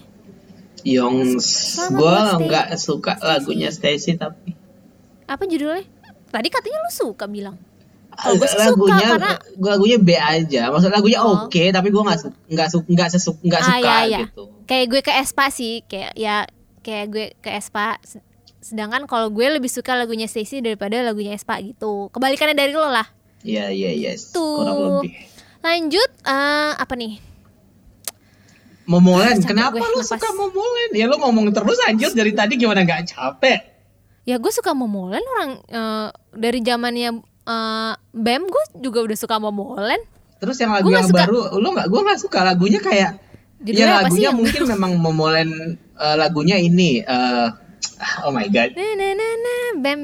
Gue nggak suka lagunya Stacey tapi.
Apa judulnya? Tadi katanya lu suka bilang.
Lagunya B aja. Maksud lagunya oke, tapi gue nggak suka gitu.
Kayak gue ke aespa sih, kayak gue ke aespa. Sedangkan kalau gue lebih suka lagunya Stacey daripada lagunya aespa gitu. Kebalikannya dari lo lah.
Iya.
Tuh.
Kurang lebih.
Lanjut, apa nih?
Momoland. Kenapa lu suka Momoland? Ya lu ngomong terus anjir dari tadi, gimana nggak capek?
Ya gue suka Momoland orang dari zamannya BEM gue juga udah suka Momoland.
Terus yang lagu yang baru gue nggak suka lagunya kayak
judulnya
lagunya mungkin memang Momoland lagunya ini oh my god.
Bem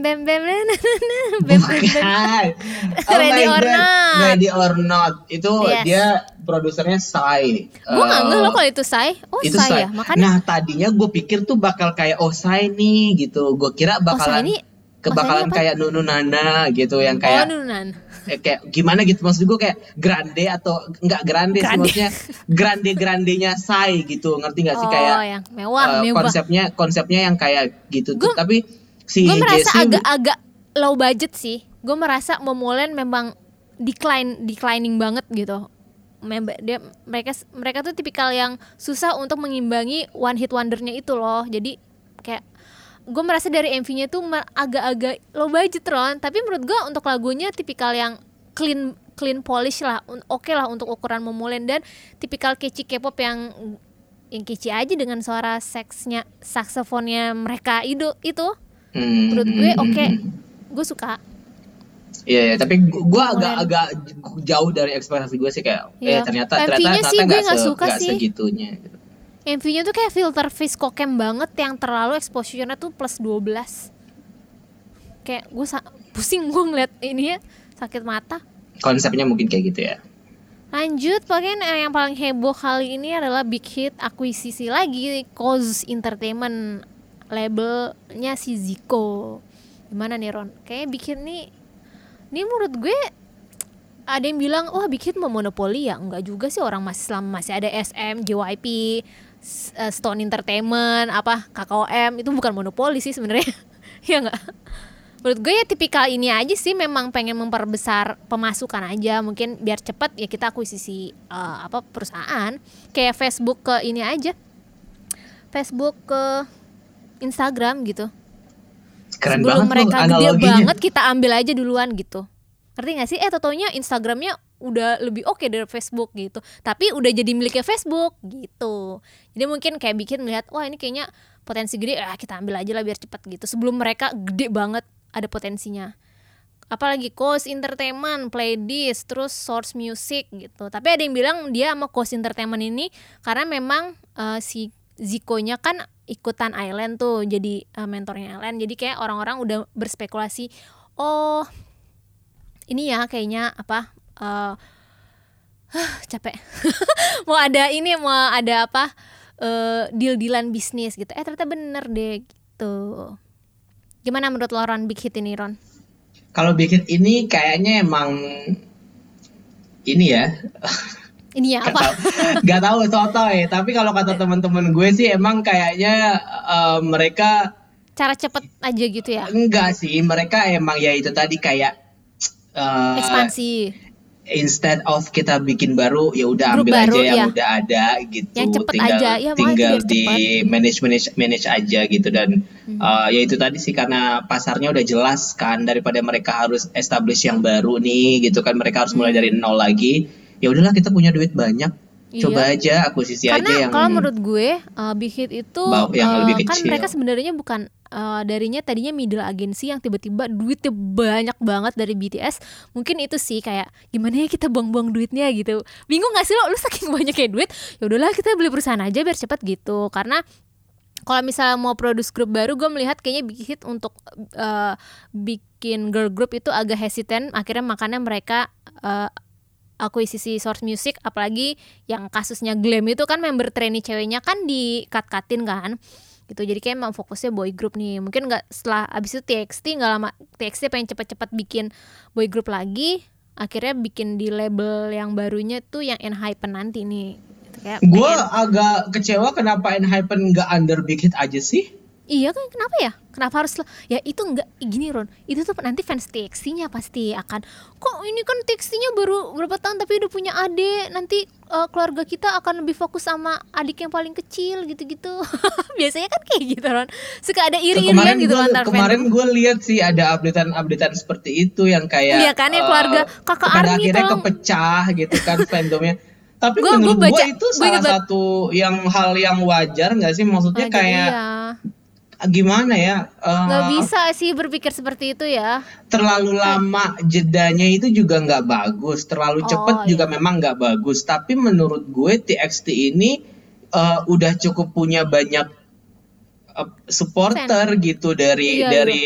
Ready or Not itu dia produsernya Psy.
Gue nggak ngeh loh kalau itu Psy. Itu Psy ya, makanya.
Nah tadinya gue pikir tuh bakal kayak Psy nih gitu. Gue kira bakalan kayak Nunu Nana gitu, yang kayak kayak gimana gitu, maksud gue kayak grande atau enggak grande sih, maksudnya grandenya Psy gitu, ngerti nggak sih, kayak
yang mewah.
konsepnya yang kayak gitu tuh. Tapi si
gue merasa
Jessie
agak low budget sih. Gue merasa Momoland memang declining banget gitu. Mereka tuh tipikal yang susah untuk mengimbangi one hit wondernya itu loh. Jadi kayak gue merasa dari MV-nya tuh agak-agak low budget Ron. Tapi menurut gue untuk lagunya tipikal yang clean polish lah, oke lah untuk ukuran Momoland, dan tipikal catchy K-pop yang catchy aja dengan suara saksofonnya mereka itu. Menurut gue oke. Gue suka.
Iya, tapi gue agak jauh dari ekspektasi gue sih, kayak ternyata
sih gue nggak suka
sih segitunya gitu.
MV-nya tuh kayak filter Viscocam banget yang terlalu exposure-nya tuh plus 12. Kayak gue pusing gue ngeliat ini ya, sakit mata.
Konsepnya mungkin kayak gitu ya.
Lanjut, pokoknya yang paling heboh kali ini adalah Big Hit akuisisi lagi Cause Entertainment, labelnya si Zico. Gimana nih Ron? Kayaknya Big Hit nih menurut gue ada yang bilang Big Hit mau monopoli ya. Enggak juga sih, orang masih ada SM, JYP, Stone Entertainment, KKOM, itu bukan monopoli sih sebenarnya. Ya enggak? Menurut gue ya tipikal ini aja sih, memang pengen memperbesar pemasukan aja, mungkin biar cepat ya kita akuisisi perusahaan. Kayak Facebook ke ini aja. Facebook ke Instagram gitu.
Keren
sebelum
banget
mereka gede banget kita ambil aja duluan gitu. Ngerti gak sih? Totonya Instagramnya udah lebih oke dari Facebook gitu, tapi udah jadi miliknya Facebook gitu. Jadi mungkin kayak bikin melihat ini kayaknya potensi gede, kita ambil aja lah biar cepat gitu, sebelum mereka gede banget ada potensinya. Apalagi Cause Entertainment, Playdist, terus Source Music gitu. Tapi ada yang bilang dia sama Cause Entertainment ini karena memang si Zico-nya kan ikutan Island tuh, jadi mentornya Island. Jadi kayak orang-orang udah berspekulasi, ini ya kayaknya apa capek mau ada apa deal-dealan bisnis gitu. Ternyata bener deh gitu. Gimana menurut lo Ron, Big Hit ini Ron?
Kalau Big Hit ini kayaknya emang ini ya.
Ini ya apa?
Gak tahu sotoy. Tapi kalau kata teman-teman gue sih emang kayaknya mereka
cara cepet aja gitu ya?
Enggak sih, mereka emang ya itu tadi kayak
ekspansi.
Instead of kita bikin baru, ya udah ambil baru, aja yang udah ada gitu.
Yang cepet aja, ya,
tinggal di manage aja gitu. Dan ya itu tadi sih, karena pasarnya udah jelas kan, daripada mereka harus establish yang baru nih gitu kan, mereka harus mulai dari nol lagi. Ya udahlah, kita punya duit banyak, coba aja akuisisi aja yang.
Karena kalau menurut gue Big Hit itu
yang lebih kecil.
Kan mereka sebenarnya bukan tadinya middle agency yang tiba-tiba duitnya banyak banget dari BTS. Mungkin itu sih kayak gimana ya kita buang-buang duitnya gitu. Bingung gak sih lu saking banyaknya duit, ya udahlah kita beli perusahaan aja biar cepet gitu. Karena kalau misalnya mau produce grup baru, gue melihat kayaknya Big Hit untuk bikin girl group itu agak hesitant. Akhirnya makanya mereka akuisisi Source Music, apalagi yang kasusnya Glam itu kan member trainee ceweknya kan di-cut-cutin kan gitu. Jadi kayak emang fokusnya boy group nih. Mungkin nggak setelah abis itu TXT nggak lama, TXT pengen cepet-cepet bikin boy group lagi, akhirnya bikin di label yang barunya tuh yang ENHYPEN nanti nih gitu.
Gue agak kecewa kenapa ENHYPEN nggak under Big Hit aja sih.
Iya kan, kenapa ya? Kenapa harus ya itu enggak gini Ron. Itu tuh nanti fans TXT-nya pasti akan, kok ini kan TXT-nya baru berapa tahun tapi udah punya adik, nanti keluarga kita akan lebih fokus sama adik yang paling kecil gitu-gitu. Biasanya kan kayak gitu Ron. Suka ada iri-irian gitu antar fans.
Kemarin gue lihat sih ada updatean seperti itu yang kayak
iya kan ya, keluarga kakak
pada
Army
akhirnya kepecah gitu kan fandomnya. Tapi menurut gue itu salah satu hal yang wajar nggak sih? Maksudnya kayak gimana ya,
nggak bisa sih berpikir seperti itu ya.
Terlalu lama jedanya itu juga nggak bagus, terlalu cepat juga memang nggak bagus. Tapi menurut gue TXT ini udah cukup punya banyak supporter gitu dari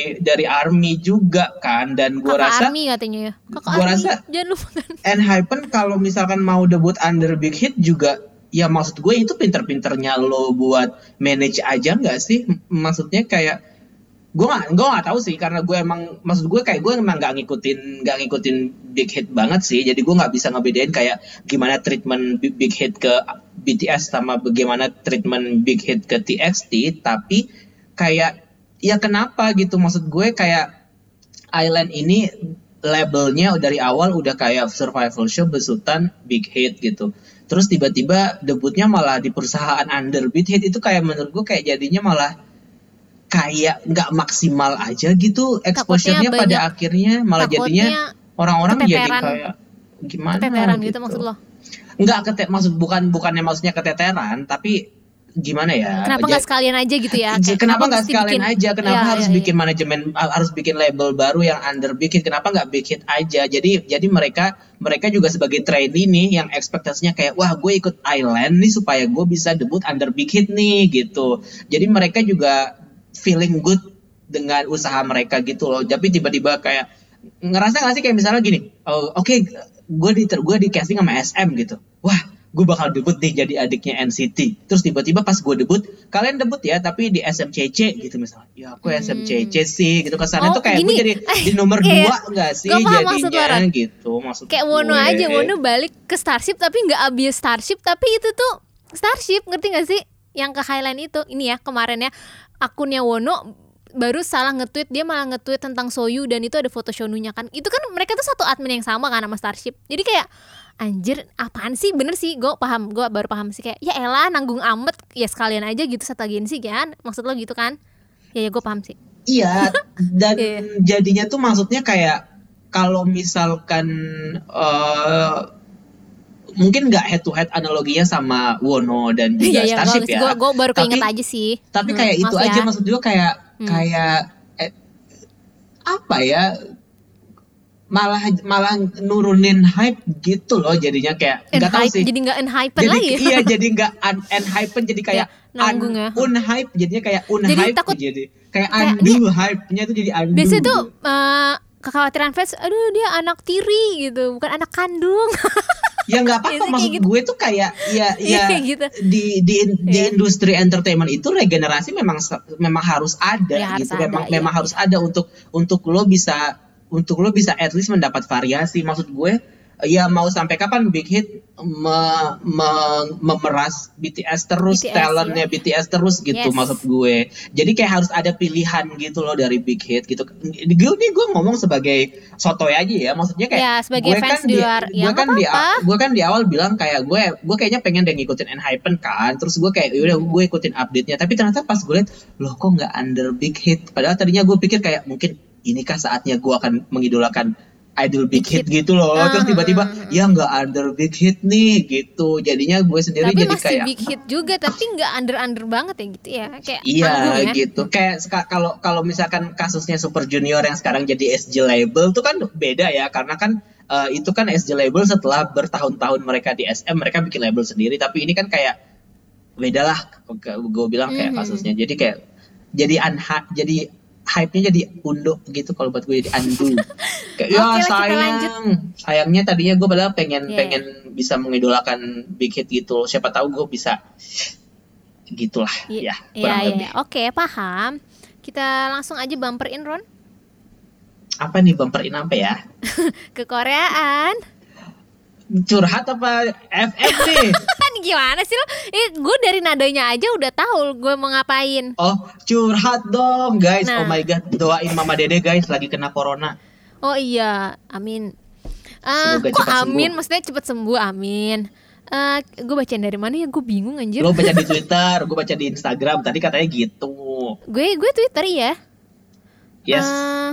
Army juga kan. Dan gue rasa
Army katanya ya.
Gue rasa ENHYPEN kalau misalkan mau debut under Big Hit juga, ya maksud gue itu pinter-pinternya lo buat manage aja nggak sih? Maksudnya kayak gue nggak tahu sih, karena gue emang maksud gue kayak gue emang nggak ngikutin Big Hit banget sih, jadi gue nggak bisa ngebedain kayak gimana treatment Big Hit ke BTS sama bagaimana treatment Big Hit ke TXT. Tapi kayak ya kenapa gitu, maksud gue kayak Island ini labelnya dari awal udah kayak survival show besutan Big Hit gitu. Terus tiba-tiba debutnya malah di perusahaan under Big Hit, itu kayak menurut gue kayak jadinya malah kayak nggak maksimal aja gitu exposure-nya. Pada akhirnya malah jadinya orang-orang jadi kayak gimana gitu.
Maksud lo?
Enggak bukannya maksudnya keteteran, tapi gimana ya?
Kenapa nggak sekalian aja gitu ya?
Kenapa nggak sekalian aja? Kenapa harus bikin manajemen, harus bikin label baru yang under Big Hit? Kenapa nggak Big Hit aja? Jadi mereka juga sebagai trainee nih yang ekspektasinya kayak, wah gue ikut Island nih supaya gue bisa debut under Big Hit nih gitu. Jadi mereka juga feeling good dengan usaha mereka gitu loh. Tapi tiba-tiba kayak ngerasa nggak sih kayak misalnya gini, oke, gue di casting sama SM gitu. Wah, gue bakal debut nih jadi adiknya NCT. Terus tiba-tiba pas gue debut, kalian debut ya tapi di SMCC gitu misalnya. Ya aku SMCC sih gitu, kesannya tuh kayak gue jadi di nomor 2 nggak sih jadinya gitu. Maksud
kayak Wono aja, Wono balik ke Starship tapi nggak abis Starship, tapi itu tuh Starship, ngerti nggak sih? Yang ke Highline itu, ini ya kemarin ya akunnya Wono baru salah nge-tweet, dia malah nge-tweet tentang Soyu dan itu ada foto Shonunya kan. Itu kan mereka tuh satu admin yang sama kan sama Starship. Jadi kayak anjir, apaan sih? Bener sih, gue baru paham sih kayak ya elah nanggung amet, ya sekalian aja gitu satu agensi kan. Maksud lo gitu kan? Ya gue paham sih.
Iya, dan jadinya tuh maksudnya kayak kalau misalkan mungkin nggak head to head analoginya sama Wono dan juga Starship ya.
Gue baru keinget aja sih.
Tapi kayak itu aja ya. Maksud gue kayak apa ya? Malah nurunin hype gitu loh jadinya, kayak nggak tahu sih.
Jadi nggak ENHYPEN lagi.
Iya, jadi nggak ENHYPEN, jadi kayak unhype, jadinya kayak unhype, jadi kayak undo hype-nya tuh jadi undo.
Biasanya tuh kekhawatiran fans, aduh dia anak tiri gitu, bukan anak kandung.
Ya nggak apa-apa, maksud gitu. Gue tuh kayak ya gitu. di industri entertainment itu regenerasi memang harus ada ya, gitu, memang harus ada untuk lo bisa at least mendapat variasi. Maksud gue ya mau sampai kapan Big Hit memeras BTS terus, talentnya BTS terus gitu. Maksud gue jadi kayak harus ada pilihan gitu loh dari Big Hit gitu. Gue ngomong sebagai sotoy aja ya, maksudnya kayak
ya, sebagai
gue
fans kan di luar
gue kan di awal bilang kayak gue kayaknya pengen deh ngikutin Enhypen kan, terus gue kayak yaudah gue ikutin update-nya, tapi ternyata pas gue liat loh kok nggak under Big Hit, padahal tadinya gue pikir kayak mungkin inikah saatnya gue akan mengidolakan idol Big Hit gitu loh, terus tiba-tiba ya nggak under Big Hit nih gitu, jadinya gue sendiri
tapi
jadi
masih
kayak
Big Hit juga tapi nggak under banget ya gitu ya, kayak
iya ya? Gitu kayak kalau misalkan kasusnya Super Junior yang sekarang jadi SJ label tuh kan beda ya, karena kan itu kan SJ label setelah bertahun-tahun mereka di SM mereka bikin label sendiri, tapi ini kan kayak beda lah gue bilang kayak kasusnya, jadi kayak jadi hype-nya jadi unduk gitu kalau buat gue, jadi andu. Kayak ya sayangnya tadinya gue padahal pengen bisa mengidolakan Big Hit gitu. Siapa tahu gue bisa gitulah ya kurang lebih.
Oke, paham. Kita langsung aja bumperin Ron.
Apa nih bumperin apa ya?
Kekoreaan.
Curhat apa FM nih?
Gimana sih lo? Gue dari nadanya aja udah tahu gue mau ngapain.
Oh, curhat dong guys. Oh my god, doain Mama Dede guys lagi kena corona.
Oh iya, amin.
Kok
amin? Maksudnya cepet sembuh, amin. Gue bacain dari mana ya? Gue bingung anjir.
Lo baca di Twitter, gue baca di Instagram. Tadi katanya gitu.
Gue Twitter ya.
Yes.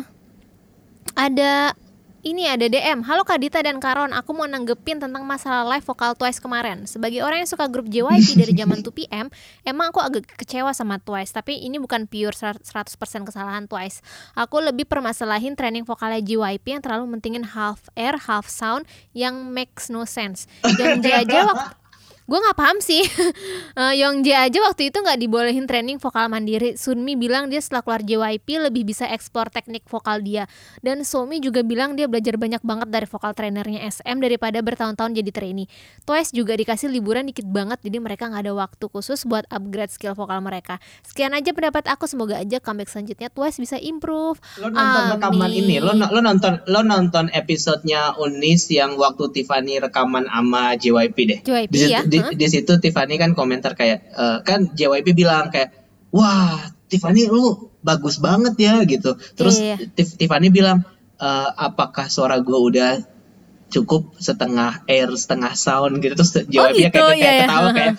Ada DM. Halo Kak Dita dan Karon, aku mau nanggepin tentang masalah live vokal Twice kemarin. Sebagai orang yang suka grup JYP dari zaman 2PM, emang aku agak kecewa sama Twice. Tapi ini bukan pure 100% kesalahan Twice. Aku lebih permasalahin training vokalnya JYP yang terlalu mentingin half air, half sound yang makes no sense. Youngjae aja gue nggak paham sih. Youngjae aja waktu itu nggak dibolehin training vokal mandiri. Sunmi bilang dia setelah keluar JYP lebih bisa eksplor teknik vokal dia. Dan Somi juga bilang dia belajar banyak banget dari vokal trainernya SM daripada bertahun-tahun jadi trainee. Twice juga dikasih liburan dikit banget, jadi mereka nggak ada waktu khusus buat upgrade skill vokal mereka. Sekian aja pendapat aku, semoga aja comeback selanjutnya Twice bisa improve.
Lo nonton rekaman ini, lo nonton episodenya Unis yang waktu Tiffany rekaman sama JYP deh.
JYP ya.
Di situ Tiffany kan komentar kayak kan JYP bilang kayak wah Tiffany lu bagus banget ya gitu, terus Tiffany bilang apakah suara gue udah cukup setengah air setengah sound gitu, terus JYP-nya kayak ketawa kayak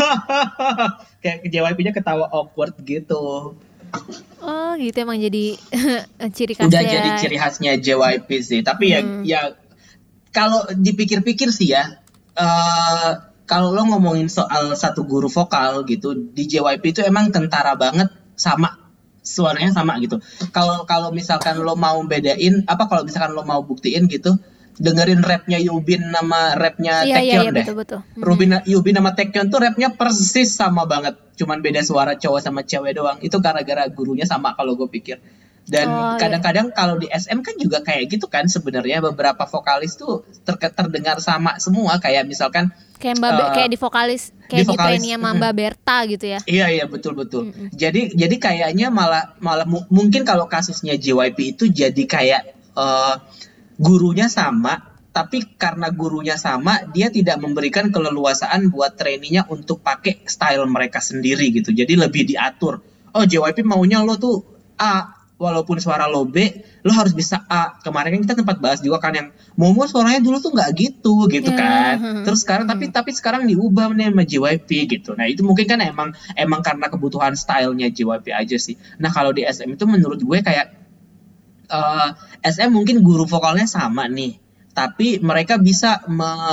kayak JYP-nya ketawa awkward gitu.
Oh gitu, emang jadi ciri khasnya.
Udah jadi ciri khasnya JYP sih, tapi ya kalau dipikir-pikir sih ya, kalau lo ngomongin soal satu guru vokal gitu di JYP itu emang kentara banget, sama suaranya sama gitu. Kalau misalkan lo mau bedain kalau misalkan lo mau buktiin gitu, dengerin rapnya Yubin sama rapnya Taekyon deh.
Betul.
Yubin sama Taekyon tuh rapnya persis sama banget, cuman beda suara cowok sama cewek doang. Itu gara-gara gurunya sama kalau gue pikir. Dan kadang-kadang kalau di SM kan juga kayak gitu kan, sebenarnya beberapa vokalis tuh terdengar sama semua, kayak misalkan
kayak di vokalis kayak di trainnya Mamba Berta gitu ya.
Iya betul. Jadi kayaknya malah mungkin kalau kasusnya JYP itu jadi kayak gurunya sama, tapi karena gurunya sama dia tidak memberikan keleluasaan buat trainee-nya untuk pakai style mereka sendiri gitu. Jadi lebih diatur. Oh JYP maunya lo tuh A, walaupun suara lo B, lo harus bisa A. Kemarin kan kita sempat bahas juga kan yang Momo suaranya dulu tuh nggak gitu kan. Terus sekarang tapi sekarang diubah nih sama JYP gitu. Nah itu mungkin kan emang karena kebutuhan stylenya JYP aja sih. Nah kalau di SM itu menurut gue kayak SM mungkin guru vokalnya sama nih, tapi mereka bisa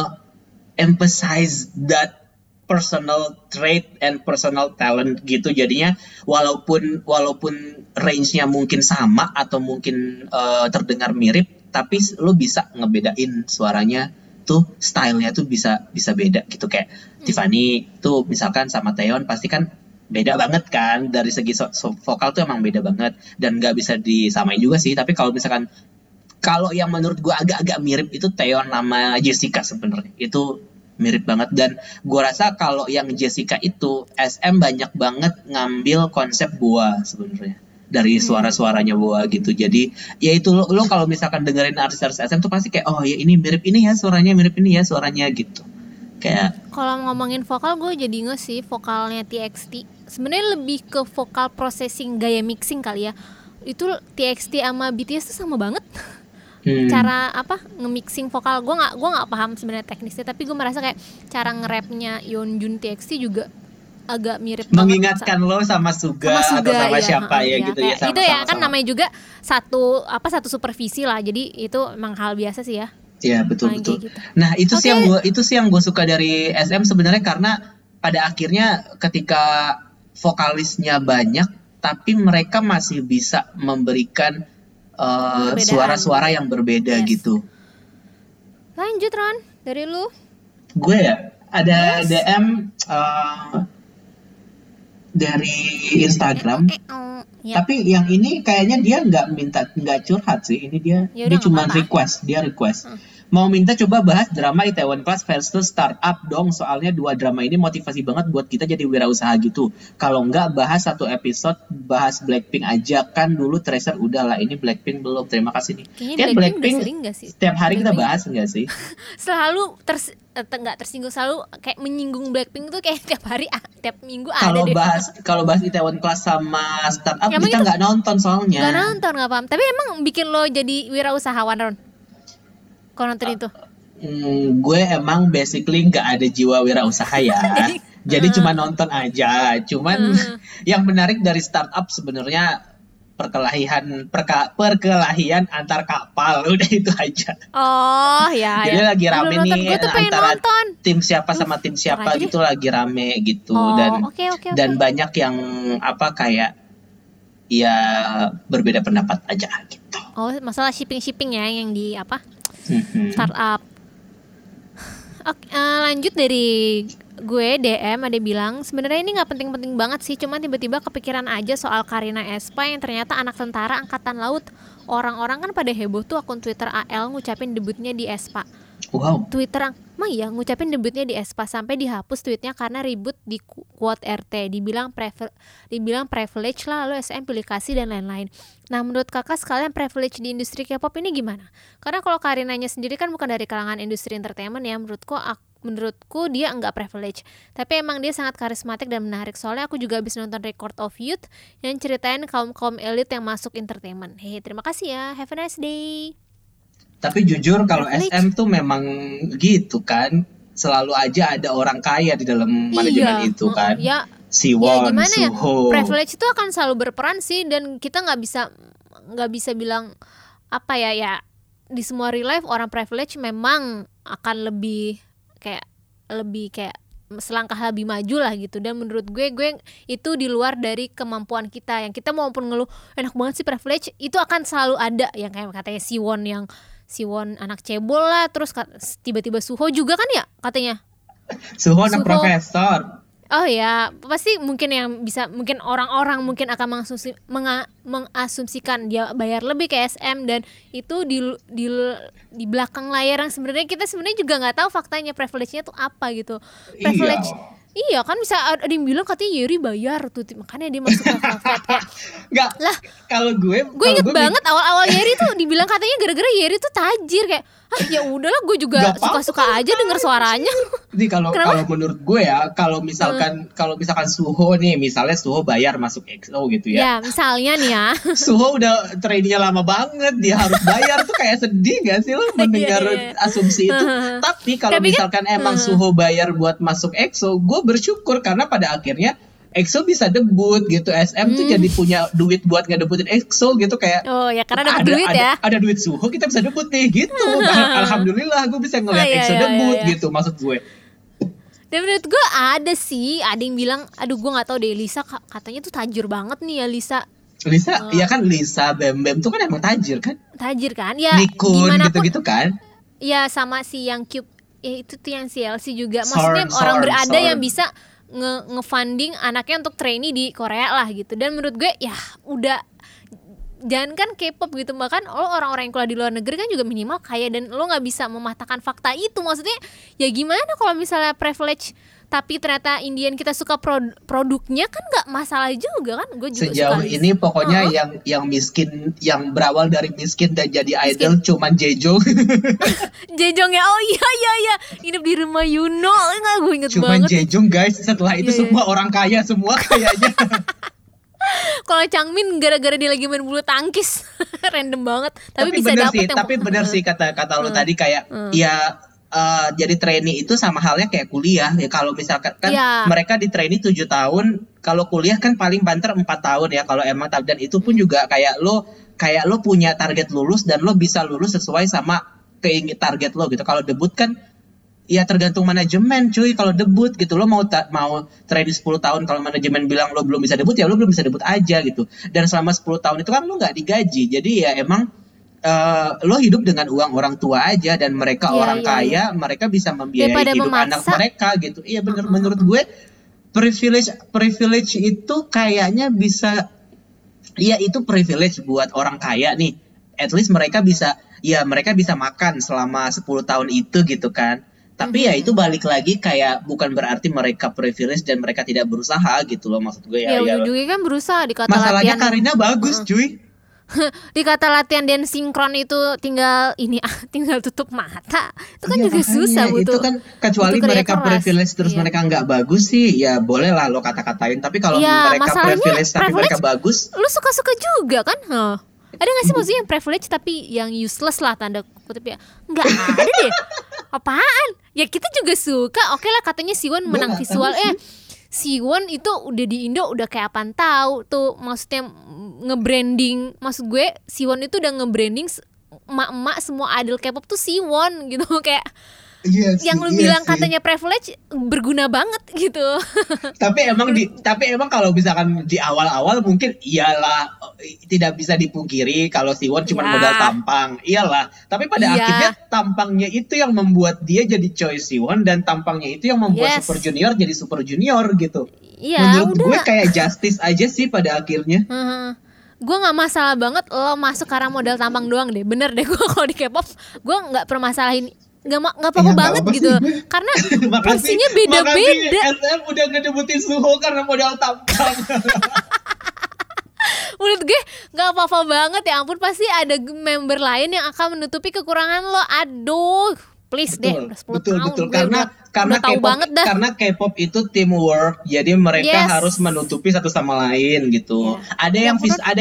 emphasize that personal trait and personal talent gitu. Jadinya walaupun range-nya mungkin sama atau mungkin terdengar mirip, tapi lo bisa ngebedain suaranya tuh, stylenya tuh bisa beda gitu. Kayak Tiffany tuh misalkan sama Taeyeon pasti kan beda banget kan, dari segi vokal tuh emang beda banget dan nggak bisa disamain juga sih. Tapi kalau misalkan Kalau yang menurut gue agak-agak mirip itu Taeyeon nama Jessica sebenarnya. Itu mirip banget, dan gue rasa kalau yang Jessica itu SM banyak banget ngambil konsep Boa sebenarnya dari suara-suaranya Boa gitu. Jadi ya itu lo kalau misalkan dengerin artis-artis SM tuh pasti kayak oh ya ini mirip ini ya suaranya, mirip ini ya suaranya gitu. Kayak
kalau ngomongin vokal gue jadi inget sih vokalnya TXT. Sebenarnya lebih ke vokal processing gaya mixing kali ya. Itu TXT sama BTS tuh sama banget. Cara nge-mixing vokal gue nggak paham sebenarnya teknisnya, tapi gue merasa kayak cara nge-rapnya Yeonjun TXT juga agak mirip
mengingatkan lo sama Suga atau sama siapa ya gitu ya.
Itu ya kan namanya juga satu supervisi lah, jadi itu emang hal biasa sih ya.
Iya betul. Gitu. Nah itu sih yang gue suka dari SM sebenarnya, karena pada akhirnya ketika vokalisnya banyak tapi mereka masih bisa memberikan suara-suara yang berbeda gitu.
Lanjut Ron, dari lu.
Gue ya ada DM dari Instagram. Tapi yang ini kayaknya dia nggak curhat sih. Ini dia cuma request. Mau minta coba bahas drama Itaewon Class versus Startup dong, soalnya 2 drama ini motivasi banget buat kita jadi wirausaha gitu. Kalau nggak bahas 1 episode, bahas Blackpink aja, kan dulu Tracer udah lah, ini Blackpink belum. Terima kasih nih.
Kayaknya Blackpink
setiap hari kita bahas nggak sih?
Selalu nggak tersinggung, selalu kayak menyinggung Blackpink tuh kayak tiap hari, tiap minggu ada deh.
Kalau bahas Itaewon Class sama Startup kita nggak nonton soalnya.
Nggak nonton, nggak paham. Tapi emang bikin lo jadi wirausahawan Ron? Kalau nonton itu?
Gue emang basically nggak ada jiwa wirausaha ya. Jadi cuma nonton aja. Cuman yang menarik dari Startup sebenarnya perkelahian antar kapal, udah itu aja.
Oh ya.
Jadi lagi rame nih antara tim siapa sama tim siapa gitu, lagi rame gitu. Dan banyak yang kayak ya berbeda pendapat aja gitu.
Oh, masalah shipping ya yang di Startup. Oke, lanjut dari gue DM ada bilang sebenarnya ini nggak penting-penting banget sih, cuma tiba-tiba kepikiran aja soal Karina Espa yang ternyata anak tentara angkatan laut. Orang-orang kan pada heboh tuh akun Twitter AL ngucapin debutnya di Espa.
Wow.
Twitter ngucapin debutnya di Espa sampai dihapus tweetnya karena ribut di quote RT, dibilang privilege lah, lalu SM pilih kasih dan lain-lain. Nah menurut kakak sekalian privilege di industri K-pop ini gimana? Karena kalau Karinanya sendiri kan bukan dari kalangan industri entertainment ya, menurutku dia enggak privilege, tapi emang dia sangat karismatik dan menarik. Soalnya aku juga habis nonton Record of Youth yang ceritain kaum elit yang masuk entertainment. Terima kasih ya, have a nice day.
Tapi jujur kalau SM tuh memang gitu kan, selalu aja ada orang kaya di dalam manajemen itu kan. Siwon, Suho.
Privilege itu akan selalu berperan sih, dan kita nggak bisa bilang ya di semua real life orang privilege memang akan lebih kayak selangkah lebih maju lah gitu. Dan menurut gue itu di luar dari kemampuan kita. Yang kita maupun ngeluh enak banget sih privilege, itu akan selalu ada. Yang kayak katanya Siwon anak cebol lah, terus tiba-tiba Suho juga kan ya katanya.
Suho anak profesor.
Oh ya, pasti mungkin orang-orang mungkin akan mengasumsikan dia bayar lebih ke SM, dan itu di belakang layar yang sebenarnya kita juga nggak tahu faktanya privilege-nya tuh apa gitu. Privilege iya kan, bisa ada yang bilang katanya Yeri bayar tuh, makanya dia masuk ke Velvet kayak.
Enggak lah, kalau gue
inget banget awal-awal Yeri tuh dibilang katanya gara-gara Yeri tuh tajir, kayak ya udahlah, gue juga suka-suka aja denger suaranya.
Jadi kalau menurut gue ya, kalau misalkan Suho nih, misalnya Suho bayar masuk EXO gitu ya.
Ya misalnya nih ya.
Suho udah trainingnya lama banget, dia harus bayar tuh kayak sedih gak sih lo mendengar asumsi itu. Tapi kalau misalkan emang Suho bayar buat masuk EXO, gue bersyukur karena pada akhirnya EXO bisa debut gitu. SM tuh jadi punya duit buat ngedebutin EXO gitu, kayak
oh ya karena dapat duit ya.
Ada duit Suho, kita bisa debut nih gitu. Alhamdulillah gue bisa ngeliat EXO debut gitu, maksud gue.
Dan menurut gue ada yang bilang, aduh gue nggak tahu deh, Lisa katanya tuh tajir banget nih ya Lisa.
Ya kan Lisa Bem tuh kan emang tajir kan ya, Nikun gitu-gitu kan
ya, sama si yang Cube itu tuh yang CLC juga, maksudnya orang berada yang bisa nge-funding anaknya untuk trainee di Korea lah gitu. Dan menurut gue ya udah jangan kan K-pop gitu, bahkan lo orang-orang yang kuliah di luar negeri kan juga minimal kaya, dan lo nggak bisa mematahkan fakta itu. Maksudnya ya gimana kalau misalnya privilege tapi ternyata Indian kita suka produknya, kan nggak masalah juga kan. Gue juga
sejauh
suka
ini pokoknya yang miskin, yang berawal dari miskin dan jadi idol cuman Jejong.
Jejong ya, oh iya hidup di rumah Yuno, nggak, gue inget
cuman
banget
Jejong guys, setelah itu semua orang kaya semua kayaknya.
Kalau Changmin gara-gara dia lagi main bulu tangkis. Random banget, tapi bisa dapet
tapi bener sih kata lo tadi, kayak ya jadi trainee itu sama halnya kayak kuliah ya. Kalau misalkan kan mereka di trainee 7 tahun, kalau kuliah kan paling banter 4 tahun ya kalau emang, dan itu pun juga kayak lo punya target lulus dan lo bisa lulus sesuai sama target lo gitu. Kalau debut kan ya tergantung manajemen cuy. Kalau debut gitu, lo mau trainee 10 tahun, kalau manajemen bilang lo belum bisa debut, ya lo belum bisa debut aja gitu. Dan selama 10 tahun itu kan lo nggak digaji, jadi ya emang lo hidup dengan uang orang tua aja, dan mereka orang kaya, mereka bisa membiayai hidup anak mereka gitu. Iya bener, menurut gue privilege itu kayaknya bisa, ya itu privilege buat orang kaya nih. At least mereka bisa makan selama 10 tahun itu gitu kan. Tapi ya itu balik lagi, kayak bukan berarti mereka privilege dan mereka tidak berusaha gitu loh, maksud gue ya.
Ya ujung-ujungnya kan berusaha, dikata
masalahnya
latihan.
Karina bagus cuy.
Dikata latihan dan sinkron itu tinggal tutup mata, itu kan juga susah, butuh.
Itu kan kecuali mereka privilege terus mereka nggak bagus sih, ya boleh lah lo kata-katain. Tapi kalau mereka privilege tapi mereka bagus,
lo suka-suka juga kan? Ada nggak sih maksudnya yang privilege tapi yang useless lah, tanda kutip ya? Nggak ada deh. Apaan? Ya kita juga suka. Oke lah, katanya Siwon menang visual. Siwon itu udah di Indo udah kayak apaan tahu tuh, maksudnya nge-branding. Maksud gue Siwon itu udah nge-branding emak-emak semua idol K-pop tuh Siwon gitu. Kayak yang lu bilang katanya privilege berguna banget gitu.
Tapi emang kalau misalkan di awal-awal mungkin iyalah, tidak bisa dipungkiri kalau Siwon cuma modal tampang, iyalah. Tapi pada akhirnya tampangnya itu yang membuat dia jadi Choi Siwon, dan tampangnya itu yang membuat Super Junior jadi Super Junior gitu. Menurut gue kayak justice aja sih pada akhirnya.
Gue nggak masalah banget lo masuk karena modal tampang doang deh, bener deh. Gue kalau di K-pop gue nggak permasalahin, nggak apa-apa banget gitu, karena porsinya beda-beda.
SM udah ngedebutin Suho karena modal tampang.
Menurut gue nggak apa-apa banget, ya ampun, pasti ada member lain yang akan menutupi kekurangan lo. Aduh, please deh, udah 10 tahun
karena
tahu
K-pop,
banget dah.
Karena K-pop itu teamwork, jadi mereka harus menutupi satu sama lain gitu. Ada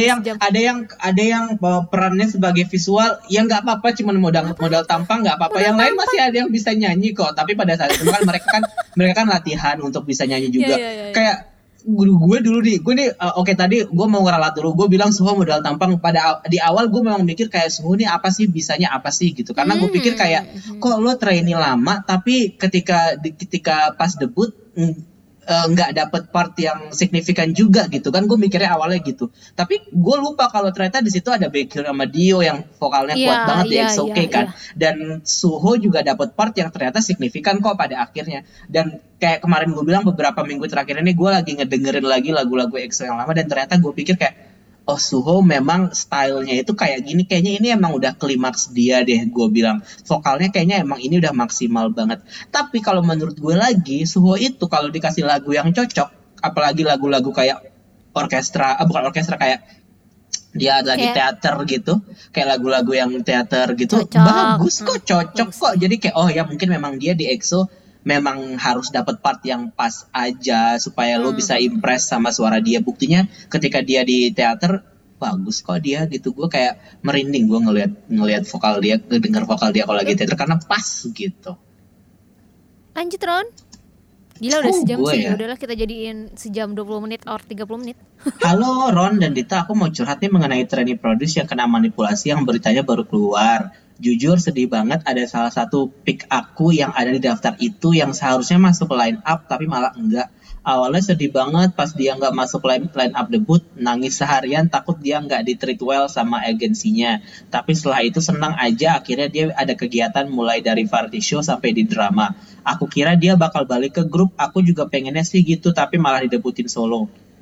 yang perannya sebagai visual, ya nggak apa-apa, cuma modal tampang nggak apa-apa. Yang lain masih ada yang bisa nyanyi kok. Tapi pada saat itu kan mereka kan latihan untuk bisa nyanyi juga. Kayak gue dulu oke, tadi gue mau ngeralat dulu. Gue bilang Suho modal tampang. Di awal gue memang mikir kayak Suho nih apa sih, bisanya apa sih gitu. Karena gue pikir kayak kok lo trainee lama tapi ketika pas debut nggak dapet part yang signifikan juga gitu kan. Gue mikirnya awalnya gitu. Tapi gue lupa kalau ternyata di situ ada Baekhyun sama Dio yang vokalnya kuat banget di EXO-K kan. Dan Suho juga dapet part yang ternyata signifikan kok pada akhirnya. Dan kayak kemarin gue bilang, beberapa minggu terakhir ini gue lagi ngedengerin lagi lagu-lagu EXO yang lama, dan ternyata gue pikir kayak, oh Suho memang stylenya itu kayak gini, kayaknya ini emang udah klimaks dia deh. Gue bilang vokalnya kayaknya emang ini udah maksimal banget. Tapi kalau menurut gue lagi, Suho itu kalau dikasih lagu yang cocok, apalagi lagu-lagu kayak bukan orkestra, kayak dia lagi teater gitu, kayak lagu-lagu yang teater gitu, bagus kok, cocok kok. Jadi kayak oh ya mungkin memang dia di EXO memang harus dapat part yang pas aja supaya lo bisa impress sama suara dia. Buktinya ketika dia di teater bagus kok dia gitu. Gue kayak merinding gue ngelihat vokal dia, denger vokal dia kalau lagi teater karena pas gitu.
Lanjut Ron. Gila udah sejam sih, udahlah kita jadiin sejam 20 menit or 30 menit.
Halo Ron dan Dita, aku mau curhat nih mengenai trainee produce yang kena manipulasi yang beritanya baru keluar. Jujur sedih banget, ada salah satu pick aku yang ada di daftar itu yang seharusnya masuk line up tapi malah enggak. Awalnya sedih banget pas dia nggak masuk line up debut, nangis seharian takut dia nggak di-treat well sama agensinya. Tapi setelah itu senang aja, akhirnya dia ada kegiatan mulai dari variety show sampai di drama. Aku kira dia bakal balik ke grup, aku juga pengennya sih gitu, tapi malah didebutin solo.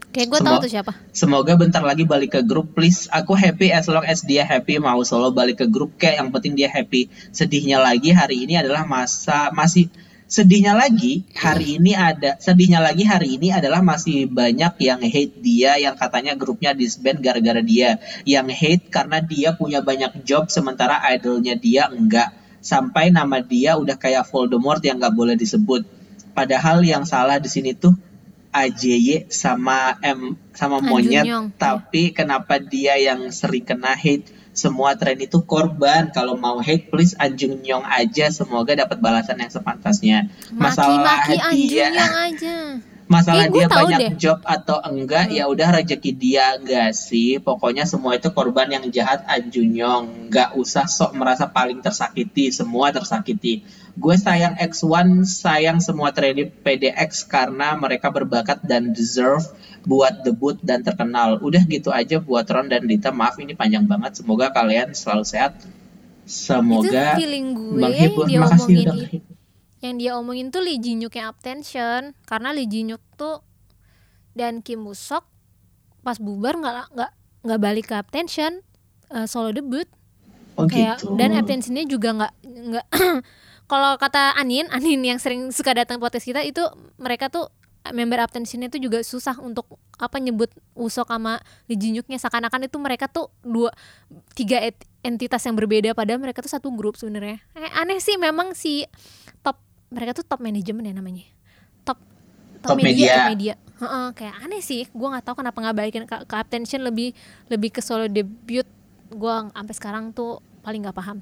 Kayak gue tahu tuh siapa.
Semoga bentar lagi balik ke grup, please. Aku happy as long as dia happy. Mau solo balik ke grup kayak yang penting dia happy. Sedihnya lagi hari ini adalah sedihnya lagi hari ini adalah masih banyak yang hate dia, yang katanya grupnya disband gara-gara dia, yang hate karena dia punya banyak job sementara idolnya dia enggak, sampai nama dia udah kayak Voldemort yang nggak boleh disebut. Padahal yang salah di sini tuh AJY sama Monyet, tapi kenapa dia yang sering kena hate? Semua tren itu korban. Kalau mau hate, please Anjung Nyong aja. Semoga dapat balasan yang sepantasnya.
Masalah dia aja.
Masalah dia banyak job atau enggak, ya udah rezeki dia enggak sih. Pokoknya semua itu korban yang jahat Anjung Nyong. Enggak usah sok merasa paling tersakiti. Semua tersakiti. Gue sayang X1, sayang semua trainee PDX karena mereka berbakat dan deserve buat debut dan terkenal. Udah gitu aja buat Ron dan Dita. Maaf ini panjang banget. Semoga kalian selalu sehat. Semoga menghibur. Makasih udah menghibur.
Yang dia omongin tuh Lee Ji-nyuk yang Uptension, karena Lee Ji-nyuk tuh dan Kim Woo-sok pas bubar nggak balik ke Uptension, solo debut. Kayak gitu. Dan Uptensionnya juga nggak kalau kata Anin yang sering suka datang podcast kita itu, mereka tuh member Uptensionnya tuh juga susah untuk nyebut Woo-sok sama Lee Ji-nyuknya, seakan-akan itu mereka tuh 3 entitas yang berbeda padahal mereka tuh satu grup sebenarnya. Aneh sih memang si mereka tuh top manajemen ya namanya, top media. Kayak aneh sih, gue nggak tahu kenapa nggak balikin ke Uptension, lebih ke solo debut. Gue sampai sekarang tuh paling nggak paham.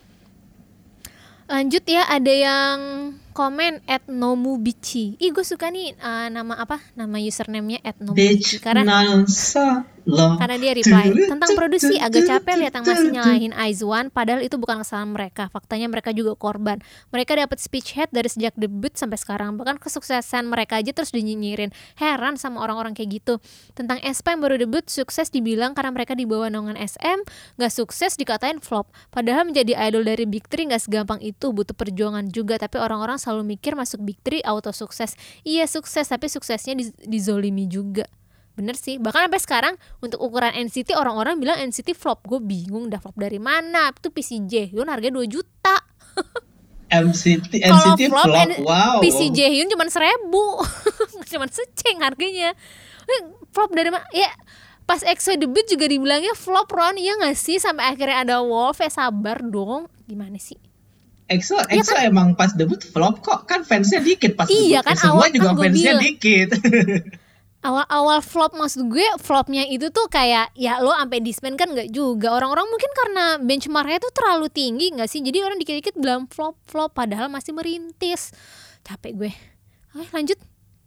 Lanjut ya, ada yang komen @nomubichi. Gue suka nih nama username-nya @nomubichi karena dia reply tentang produksi, agak capek lihat yang masih nyalahin IZ*ONE padahal itu bukan kesalahan mereka. Faktanya mereka juga korban. Mereka dapat speech head dari sejak debut sampai sekarang. Bahkan kesuksesan mereka aja terus dinyinyirin. Heran sama orang-orang kayak gitu. Tentang aespa yang baru debut sukses dibilang karena mereka di bawah naungan SM, gak sukses dikatain flop. Padahal menjadi idol dari Big 3 gak segampang itu, butuh perjuangan juga. Tapi orang-orang selalu mikir masuk Big 3 auto sukses. Iya sukses, tapi suksesnya dizolimi juga. Bener sih, bahkan sampai sekarang untuk ukuran NCT orang-orang bilang NCT flop. Gue bingung dah flop dari mana. Itu PC Jaehyun harganya 2 juta.
NCT flop, wow.
PC Jaehyun cuma 1.000 cuma seceng harganya. Flop dari mana? Ya pas EXO debut juga dibilangnya flop Ron, ya gak sih? Sampai akhirnya ada Wolf, sabar dong. Gimana sih?
EXO kan, emang pas debut flop kok, kan fansnya dikit pas
iya,
debut.
Kan
semua juga kan fansnya dikit.
Awal flop, maksud gue flopnya itu tuh kayak ya lo sampai disband kan nggak juga. Orang-orang mungkin karena benchmarknya tuh terlalu tinggi nggak sih, jadi orang dikit-dikit bilang flop padahal masih merintis. Capek gue. Lanjut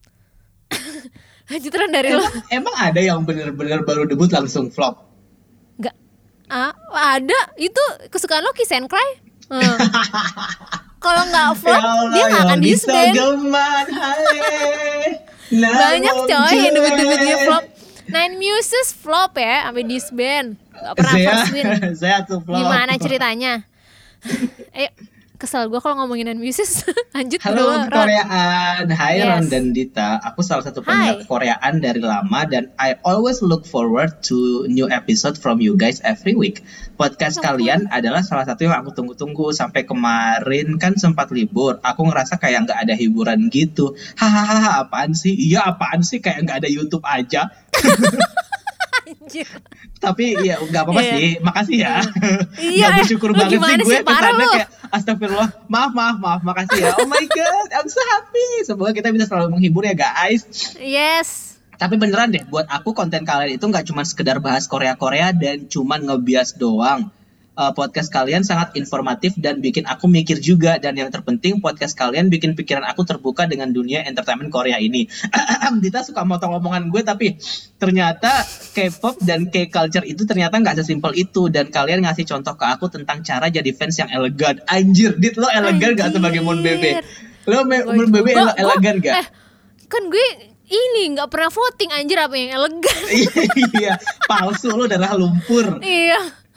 Ron dari lo.
Emang ada yang bener-bener baru debut langsung flop?
Nggak. Ada, itu kesukaan lo Kiss and Cry. Kalau nggak flop dia nggak akan disband. Banyak coy yang debut-debutnya flop. Nine Muses flop ya, sampai disband. Gak pernah first win. Gimana ceritanya? Ayo, kesel gue kalau ngomongin Nine Muses. Lanjut.
Halo Koreaan, hai yes. Ron dan Dita. Aku salah satu pendengar Koreaan dari lama dan I always look forward to new episode from you guys every week. Podcast kalian adalah salah satu yang aku tunggu-tunggu. Sampai kemarin kan sempat libur, aku ngerasa kayak gak ada hiburan gitu. Hahaha, apaan sih? Iya apaan sih, kayak gak ada YouTube aja. Tapi ya gak apa-apa sih, makasih ya. Gak bersyukur banget sih gue kesana kayak astagfirullah, maaf, makasih ya. Oh my god, I'm so happy. Semoga kita bisa selalu menghibur ya guys.
Yes.
Tapi beneran deh, buat aku konten kalian itu gak cuma sekedar bahas Korea-Korea dan cuma ngebias doang. Podcast kalian sangat informatif dan bikin aku mikir juga. Dan yang terpenting podcast kalian bikin pikiran aku terbuka dengan dunia entertainment Korea ini. Dita suka motong omongan gue, tapi ternyata K-pop dan K-culture itu ternyata gak sesimpel itu. Dan kalian ngasih contoh ke aku tentang cara jadi fans yang elegan. Anjir, Dit, lo elegan gak sebagai Moon Bebe? Lo Moon Bebe elegan gak?
Kan gue ini gak pernah voting, anjir apa yang elegan.
Iya, palsu, lo darah lumpur.
Iya.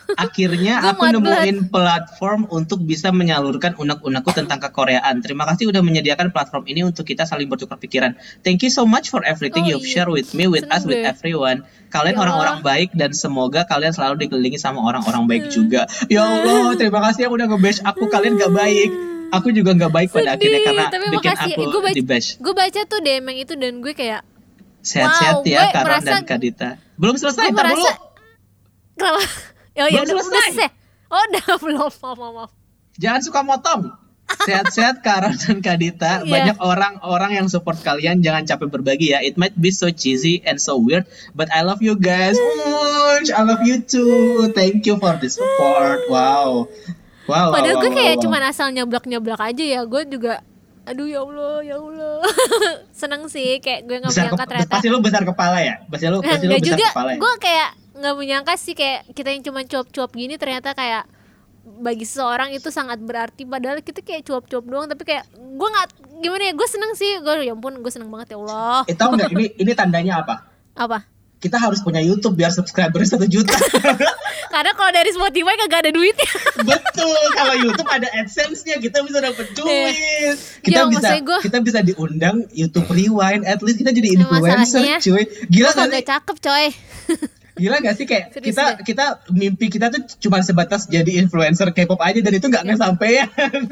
Akhirnya aku nemuin platform untuk bisa menyalurkan unek-unekku tentang kekoreaan. Terima kasih udah menyediakan platform ini untuk kita saling bertukar pikiran. Thank you so much for everything you've shared with me, with us, with everyone. Kalian orang-orang baik dan semoga kalian selalu dikelilingi sama orang-orang baik juga. Ya Allah, terima kasih yang udah nge-bash aku. Kalian gak baik. Aku juga gak baik pada akhirnya karena bikin aku di-bash.
Gue baca tuh DM yang itu dan gue kayak
sehat-sehat ya Karon dan Kadita. Belum selesai,
tar dulu. Kenapa? Oh ya udah selesai. Oh udah belum, maaf.
Jangan suka motong. Sehat-sehat Karon dan Kadita. Banyak orang-orang yang support kalian. Jangan capek berbagi ya. It might be so cheesy and so weird, but I love you guys. I love you too. Thank you for the support. Wow.
Padahal gue kayak cuma asal nyablak aja ya. Gue juga aduh ya Allah. Seneng sih kayak gue gak menyangka ternyata.
Pasti lu besar kepala ya? Pasti lu besar
juga,
kepala ya?
Gue kayak gak menyangka sih kayak kita yang cuma cuap-cuap gini ternyata kayak bagi seseorang itu sangat berarti. Padahal kita kayak cuap-cuap doang. Tapi kayak gue gak, gimana ya, gue seneng sih. Ya ampun gue seneng banget ya Allah.
Tahu gak ini tandanya apa?
Apa?
Kita harus punya YouTube biar subscribernya 1 juta.
Karena kalau dari Spotify kagak ada duitnya.
Betul, kalau YouTube ada AdSense-nya, kita bisa dapat duit. Kita bisa diundang YouTube Rewind, at least kita jadi influencer, cuy. Gila kan?
Gak cakep, coy.
Gila gak sih kayak kita mimpi kita tuh cuma sebatas jadi influencer K-pop aja dan itu nggak ngesampean.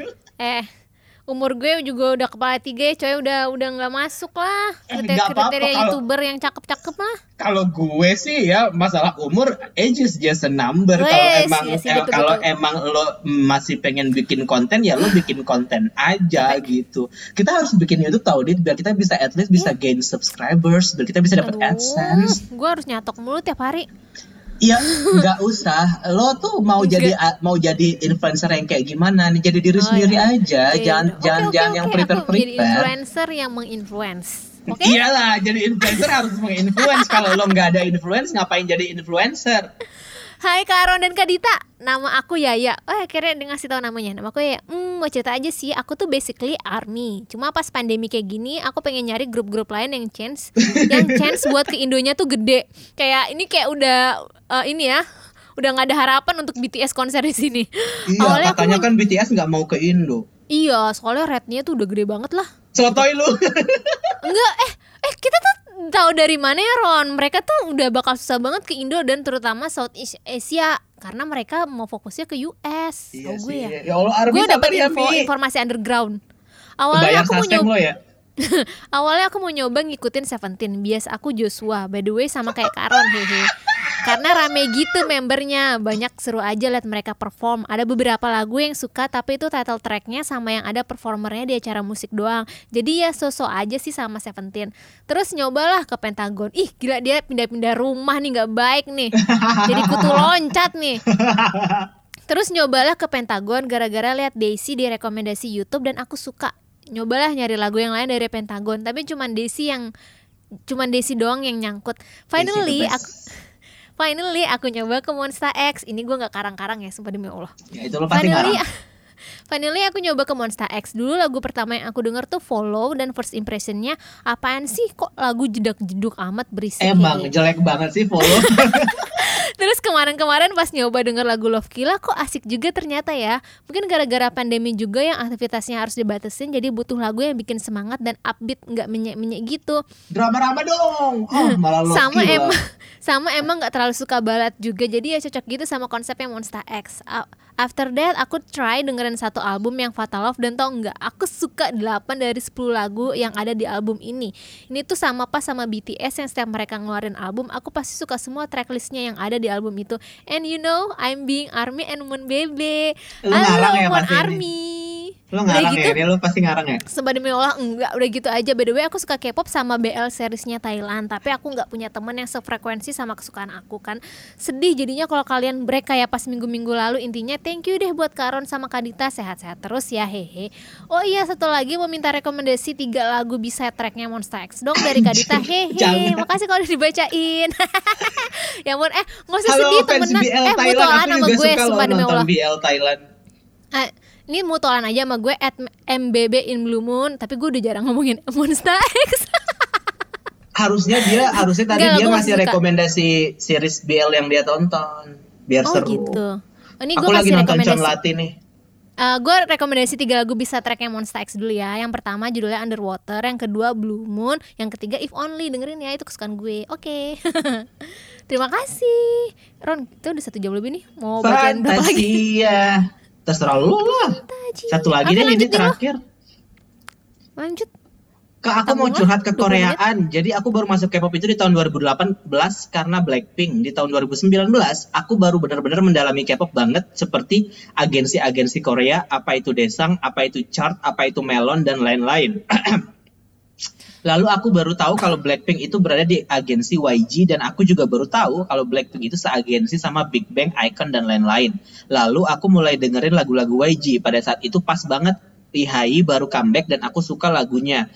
Umur gue juga udah kepala 3 ya coy, udah nggak masuk lah kriteria YouTuber yang cakep-cakep lah.
Kalau gue sih ya masalah umur, age is just a number. Kalau emang lo masih pengen bikin konten ya lo bikin konten aja gitu. Kita harus bikin YouTube tau dit biar kita bisa at least bisa gain subscribers, biar kita bisa dapat AdSense.
Gue harus nyatok mulu tiap hari.
Ya nggak usah, lo tuh mau jadi influencer yang kayak gimana nih, jadi diri sendiri aja, jangan yang prepare.
Jadi influencer yang menginfluence.
Iyalah, jadi influencer harus menginfluence. Kalau lo nggak ada influence, ngapain jadi influencer?
Hai Karon dan Kadita, nama aku Yaya. Akhirnya ngasih tahu namanya. Nama aku Yaya. Mau cerita aja sih, aku tuh basically ARMY. Cuma pas pandemi kayak gini, aku pengen nyari grup-grup lain yang chance buat ke Indonya tuh gede. Kayak ini kayak udah udah nggak ada harapan untuk BTS konser di sini.
Iya, awalnya katanya kan BTS nggak mau ke Indo.
Iya, soalnya rate-nya tuh udah gede banget lah.
Sotoy lu.
Enggak, kita tuh tahu dari mana ya Ron? Mereka tuh udah bakal susah banget ke Indo dan terutama Southeast Asia karena mereka mau fokusnya ke US.
Iya
gue ya.
Ya Allah, Army
gue dapat informasi underground. Awalnya aku mau nyoba ngikutin Seventeen. Bias aku Joshua. By the way sama kayak Karon hehe. Karena rame gitu membernya, banyak seru aja liat mereka perform. Ada beberapa lagu yang suka tapi itu title tracknya sama yang ada performernya di acara musik doang. Jadi ya so-so aja sih sama Seventeen. Terus nyobalah ke Pentagon. Ih gila dia pindah-pindah rumah nih, gak baik nih. Jadi kutu loncat nih. Terus nyobalah ke Pentagon gara-gara liat Daisy di rekomendasi YouTube dan aku suka. Nyobalah nyari lagu yang lain dari Pentagon, tapi cuman Daisy doang yang nyangkut. Finally aku nyoba ke Monsta X. Ini gue gak karang-karang ya, sumpah demi Allah.
Ya itu lo pasti ngarang.
Finally aku nyoba ke Monsta X. Dulu lagu pertama yang aku denger tuh Follow. Dan first impressionnya, apaan sih kok lagu jedak-jeduk amat berisik.
Emang jelek banget sih Follow.
Terus kemarin pas nyoba denger lagu Love Killa, kok asik juga ternyata ya. Mungkin gara-gara pandemi juga yang aktivitasnya harus dibatasin, jadi butuh lagu yang bikin semangat dan upbeat, gak menyek-menyek gitu.
Drama-drama dong. Malah Love Killa.
Sama emang gak terlalu suka balad juga, jadi ya cocok gitu sama konsepnya Monsta X. After that aku try dengerin satu album yang Fatal Love, dan tau gak, aku suka 8 dari 10 lagu yang ada di album ini. Ini tuh sama pas sama BTS yang setiap mereka ngeluarin album, aku pasti suka semua tracklistnya yang ada di album itu. And you know, I'm being ARMY and Moon Bebe.
Halo ya,
Moon ARMY.
Lo ngarang gitu, ya? Lo pasti ngarang ya?
Sumpah demi Allah enggak, udah gitu aja. By the way aku suka K-pop sama BL seriesnya Thailand, tapi aku gak punya temen yang sefrekuensi sama kesukaan aku kan. Sedih jadinya kalau kalian break kayak pas minggu-minggu lalu. Intinya thank you deh buat Karon sama Kadita, sehat-sehat terus ya hehe. Oh iya satu lagi mau minta rekomendasi 3 lagu bisa tracknya Monsta X dong dari Kadita hehe. Makasih kalau udah dibacain. Ya ampun, gak usah sedih temenan. Mutualan sama gue sumpah demi Allah.
BL Thailand.
Ini mutualan aja sama gue @MBB in Blue Moon, tapi gue udah jarang ngomongin Monsta X.
Harusnya tadi dia ngasih rekomendasi series BL yang dia tonton. biar seru.
Gitu. Ini
aku lagi nonton John Lati nih.
Gue rekomendasi 3 lagu bisa tracknya Monsta X dulu ya. Yang pertama judulnya Underwater, yang kedua Blue Moon, yang ketiga If Only. Dengerin ya, itu kesukaan gue. Oke. Terima kasih Ron, itu udah 1 jam lebih nih. Mau bacain berapa lagi?
Ya, terserah lu lah. Satu lagi deh, ini terakhir.
Lanjut.
Kak, aku mau curhat ke Koreaan. Jadi aku baru masuk K-pop itu di tahun 2018 karena Blackpink. Di tahun 2019 aku baru benar-benar mendalami K-pop banget, seperti agensi-agensi Korea, apa itu Daesang, apa itu Chart, apa itu Melon, dan lain-lain. Lalu aku baru tahu kalau Blackpink itu berada di agensi YG, dan aku juga baru tahu kalau Blackpink itu seagensi sama Big Bang, iKON, dan lain-lain. Lalu aku mulai dengerin lagu-lagu YG. Pada saat itu pas banget IHI baru comeback dan aku suka lagunya.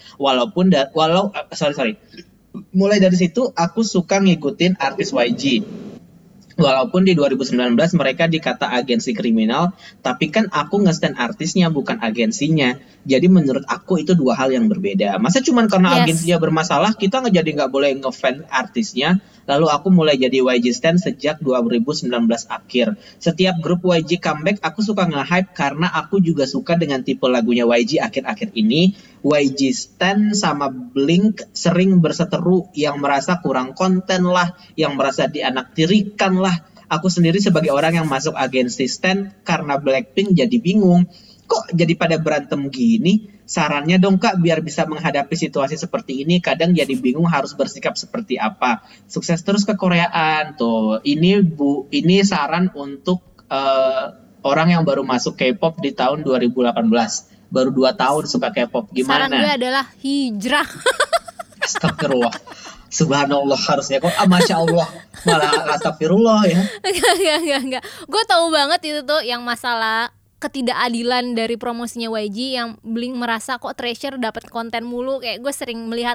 Mulai dari situ aku suka ngikutin artis YG. Walaupun di 2019 mereka dikata agensi kriminal, tapi kan aku nge-stand artisnya bukan agensinya. Jadi menurut aku itu 2 hal yang berbeda. Masa cuman karena agensinya bermasalah kita nggak boleh nge-fan artisnya? Lalu aku mulai jadi YG stan sejak 2019 akhir. Setiap grup YG comeback aku suka nge-hype karena aku juga suka dengan tipe lagunya YG akhir-akhir ini. YG stan sama Blink sering berseteru, yang merasa kurang konten lah, yang merasa dianaktirikan lah. Aku sendiri sebagai orang yang masuk agensi stan karena Blackpink jadi bingung. Kok jadi pada berantem gini? Sarannya dong Kak, biar bisa menghadapi situasi seperti ini. Kadang jadi bingung harus bersikap seperti apa. Sukses terus ke Koreaan. Tuh, ini saran untuk orang yang baru masuk K-pop di tahun 2018. Baru 2 tahun suka K-pop. Gimana?
Saran gue adalah hijrah.
Astagfirullah. Subhanallah harusnya kok. Masya Allah. Malah astagfirullah ya.
Enggak. Gue tahu banget itu tuh yang masalah ketidakadilan dari promosinya YG, yang Blink merasa kok Treasure dapat konten mulu. Kayak gue sering melihat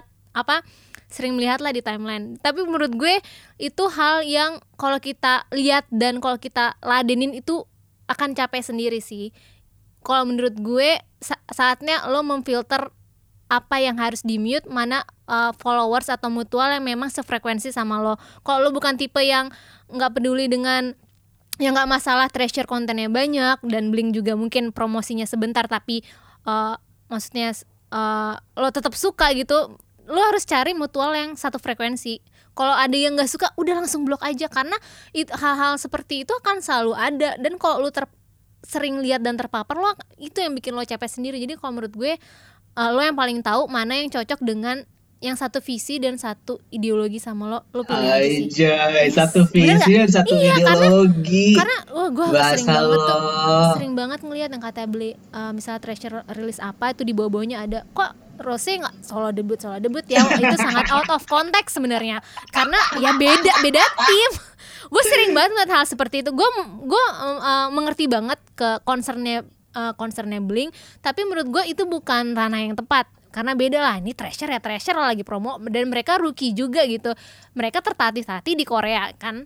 lah di timeline. Tapi menurut gue itu hal yang kalau kita lihat dan kalau kita ladenin itu akan capek sendiri sih. Kalau menurut gue saatnya lo memfilter apa yang harus di mute, mana followers atau mutual yang memang sefrekuensi sama lo. Kalau lo bukan tipe yang nggak peduli dengan, ya nggak masalah Treasure kontennya banyak dan Blink juga mungkin promosinya sebentar, tapi maksudnya lo tetap suka gitu, lo harus cari mutual yang satu frekuensi. Kalau ada yang nggak suka, udah langsung blok aja, karena hal-hal seperti itu akan selalu ada. Dan kalau lo sering lihat dan terpapar, lo itu yang bikin lo capek sendiri. Jadi kalau menurut gue lo yang paling tahu mana yang cocok dengan yang satu visi dan satu ideologi sama lo pilih aja sih.
Satu visi dan satu ideologi.
Karena gue sering banget ngelihat yang katanya beli misalnya Treasure rilis apa itu di bawah-bawahnya ada kok Rose nggak solo debut ya. Itu sangat out of context sebenarnya, karena ya beda tim. Gue sering banget ngeliat hal seperti itu. Gue mengerti banget ke concernnya Blink, tapi menurut gue itu bukan ranah yang tepat. Karena beda lah, ini Treasure lagi promo, dan mereka rookie juga gitu. Mereka tertatih-tatih di Korea kan.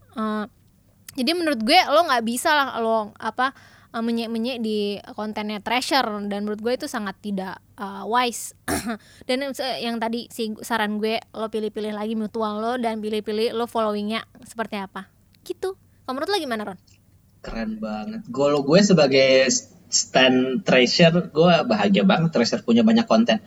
Jadi menurut gue lo nggak bisa lah lo menyek-menyek di kontennya Treasure, dan menurut gue itu sangat tidak wise. Dan yang tadi si saran gue, lo pilih-pilih lagi mutual lo dan pilih-pilih lo followingnya seperti apa gitu. Kalau menurut lo gimana, Ron?
Keren banget. Kalau gue sebagai stan Treasure, gue bahagia banget Treasure punya banyak konten.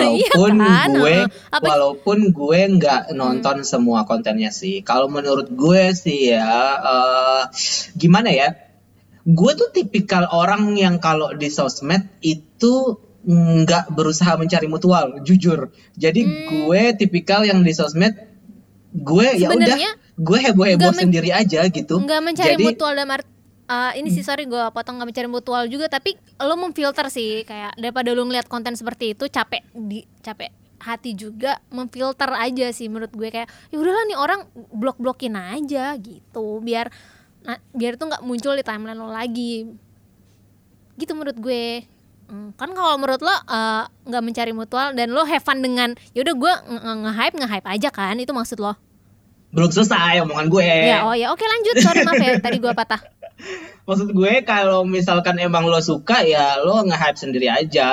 Walaupun gue nggak nonton semua kontennya sih. Kalau menurut gue sih ya, gimana ya? Gue tuh tipikal orang yang kalau di sosmed itu nggak berusaha mencari mutual, jujur. Jadi gue tipikal yang di sosmed gue ya udah, gue heboh-heboh sendiri aja gitu.
Nggak mencari mutual dalam ini sih, sorry gue potong, nggak mencari mutual juga, tapi lo memfilter sih, kayak daripada lo ngeliat konten seperti itu capek hati juga, memfilter aja sih menurut gue. Kayak ya udahlah nih orang blok-blokin aja gitu, biar itu nggak muncul di timeline lo lagi gitu menurut gue. Kan kalau menurut lo nggak mencari mutual dan lo have fun dengan ya udah gue nge-hype aja kan, itu maksud lo?
Belum selesai omongan gue
ya. Oke lanjut, sorry maaf ya tadi gue patah.
Maksud gue kalau misalkan emang lo suka ya lo nge-hype sendiri aja.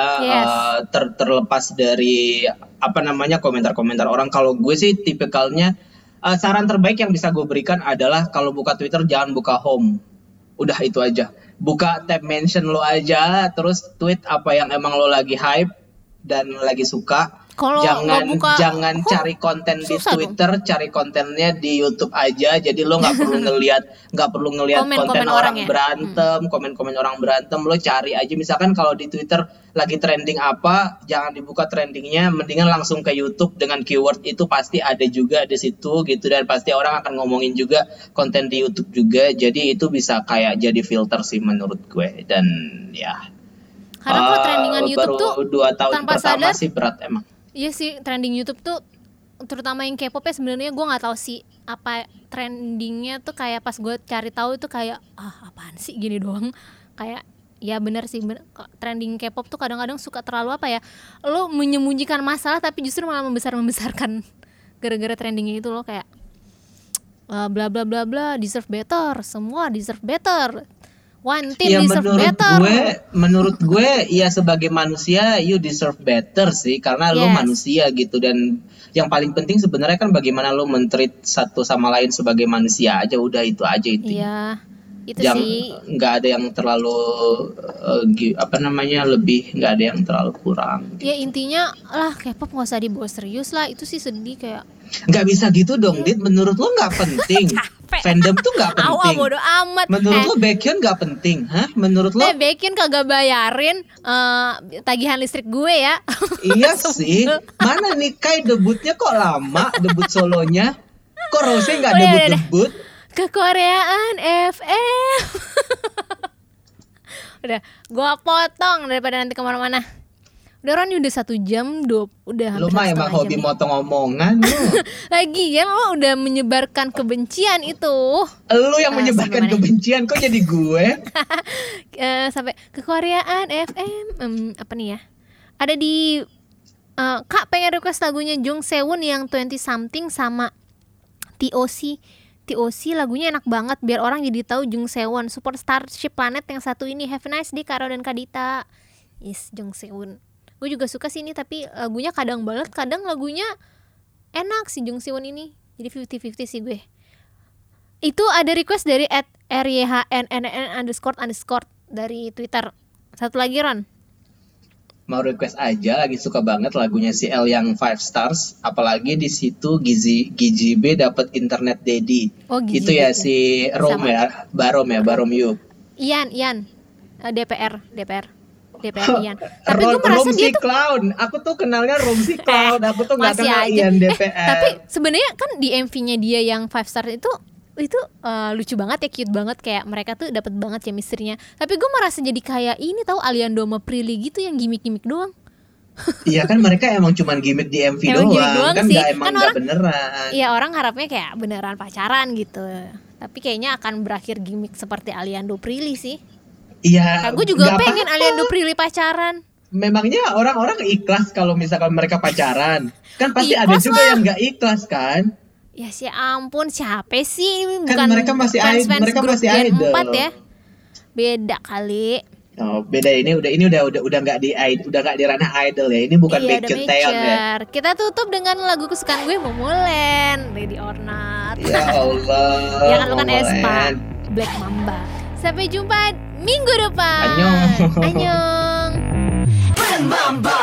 Terlepas dari komentar-komentar orang. Kalau gue sih tipikalnya Saran terbaik yang bisa gue berikan adalah kalau buka Twitter jangan buka home. Udah itu aja. Buka tab mention lo aja, terus tweet apa yang emang lo lagi hype dan lagi suka.
Kalau
jangan cari konten di Twitter, cari kontennya di YouTube aja. Jadi lo nggak perlu ngelihat konten orang berantem, komen-komen orang berantem. Lo cari aja, misalkan kalau di Twitter lagi trending apa, jangan dibuka trendingnya, mendingan langsung ke YouTube dengan keyword itu pasti ada juga di situ gitu, dan pasti orang akan ngomongin juga konten di YouTube juga. Jadi itu bisa kayak jadi filter sih menurut gue. Dan ya.
Karena kalau trendingan YouTube tuh
2 tahun pertama sadar, sih berat emang.
Iya sih, trending YouTube tuh terutama yang K-pop ya, sebenarnya gue nggak tahu sih apa trendingnya tuh, kayak pas gue cari tahu itu kayak apaan sih gini doang. Kayak ya benar sih, trending K-pop tuh kadang-kadang suka terlalu apa ya, lo menyembunyikan masalah tapi justru malah membesarkan gara-gara trendingnya itu. Lo kayak bla bla bla bla, deserve better, semua deserve better, one team deserve better.
Menurut gue ya sebagai manusia you deserve better sih, karena lo manusia gitu. Dan yang paling penting sebenarnya kan bagaimana lo men-treat satu sama lain sebagai manusia aja, udah itu aja intinya.
Iya, itu sih.
Nggak ada yang terlalu lebih, nggak ada yang terlalu kurang.
Ya intinya lah K-pop nggak usah dibawa serius lah, itu sih sedih kayak.
Nggak bisa gitu dong, Dit. Menurut lo nggak penting. Fandom tuh nggak penting.
Bodo amat.
Menurut lo Baekhyun nggak penting, hah? Menurut lo?
Baekhyun kagak bayarin tagihan listrik gue ya.
Iya sih. Mana nih Kai debutnya kok lama, debut solonya? Kok Rose nggak debut?
Kekoreaan FM. Udah, gue potong daripada nanti kemana-mana. Udah Ron, udah 1 jam, udah hampir 1 jam.
Lu mah emang hobi motong omongan lu.
Lagian lo udah menyebarkan kebencian itu.
Lu yang menyebarkan kebencian, kok jadi gue?
Sampai Kekoreaan FM, apa nih ya? Ada di Kak pengen request lagunya Jung Sewon yang 20 something sama TOC. TOC lagunya enak banget, biar orang jadi tahu Jung Sewon. Support Starship Planet yang satu ini. Have a nice day Karo dan Kadita. Yes, Jung Sewon. Gue juga suka sih ini, tapi lagunya kadang banget, kadang lagunya enak si Jung Sewon ini. Jadi 50-50 sih gue. Itu ada request dari @ryhnnn__ dari Twitter. Satu lagi Ron.
Mau request aja, lagi suka banget lagunya si L yang 5 stars. Apalagi di situ GJB dapat internet daddy. Itu ya si Rom ya, Barom Yu. Ian.
DPR Ian. Tapi gue merasa dia tuh
Clown. Aku tuh kenalnya Romsi Clown. Aku tuh nggak kenal Ian DPR.
Tapi sebenarnya kan di MV-nya dia yang 5 star itu lucu banget ya, cute banget, kayak mereka tuh dapat banget chemistry-nya. Tapi gue merasa jadi kayak ini tahu Aliando sama Prilly gitu yang gimmick-gimmick doang.
Iya kan, mereka emang cuman gimmick di MV doang kan, nggak beneran.
Iya, orang harapnya kayak beneran pacaran gitu. Tapi kayaknya akan berakhir gimmick seperti Aliando Prilly sih.
Iya.
Nah, gue juga pengen Aliando Prilly pacaran.
Memangnya orang-orang ikhlas kalau misalkan mereka pacaran? Kan pasti ada juga yang nggak ikhlas kan?
Ya sih ampun, siapa sih?
Bukan kan mereka masih idol.
4 ya. Beda kali.
Oh, beda ini udah nggak di ranah idol ya. Ini bukan Baekhyun Taeyeon ya.
Kita tutup dengan lagu kesukaan gue, Momoland, Ready or Not.
Ya Allah.
Ya kan, bukan Aespa, Black Mamba. Sampai jumpa minggu depan.
Annyeong.
Annyeong.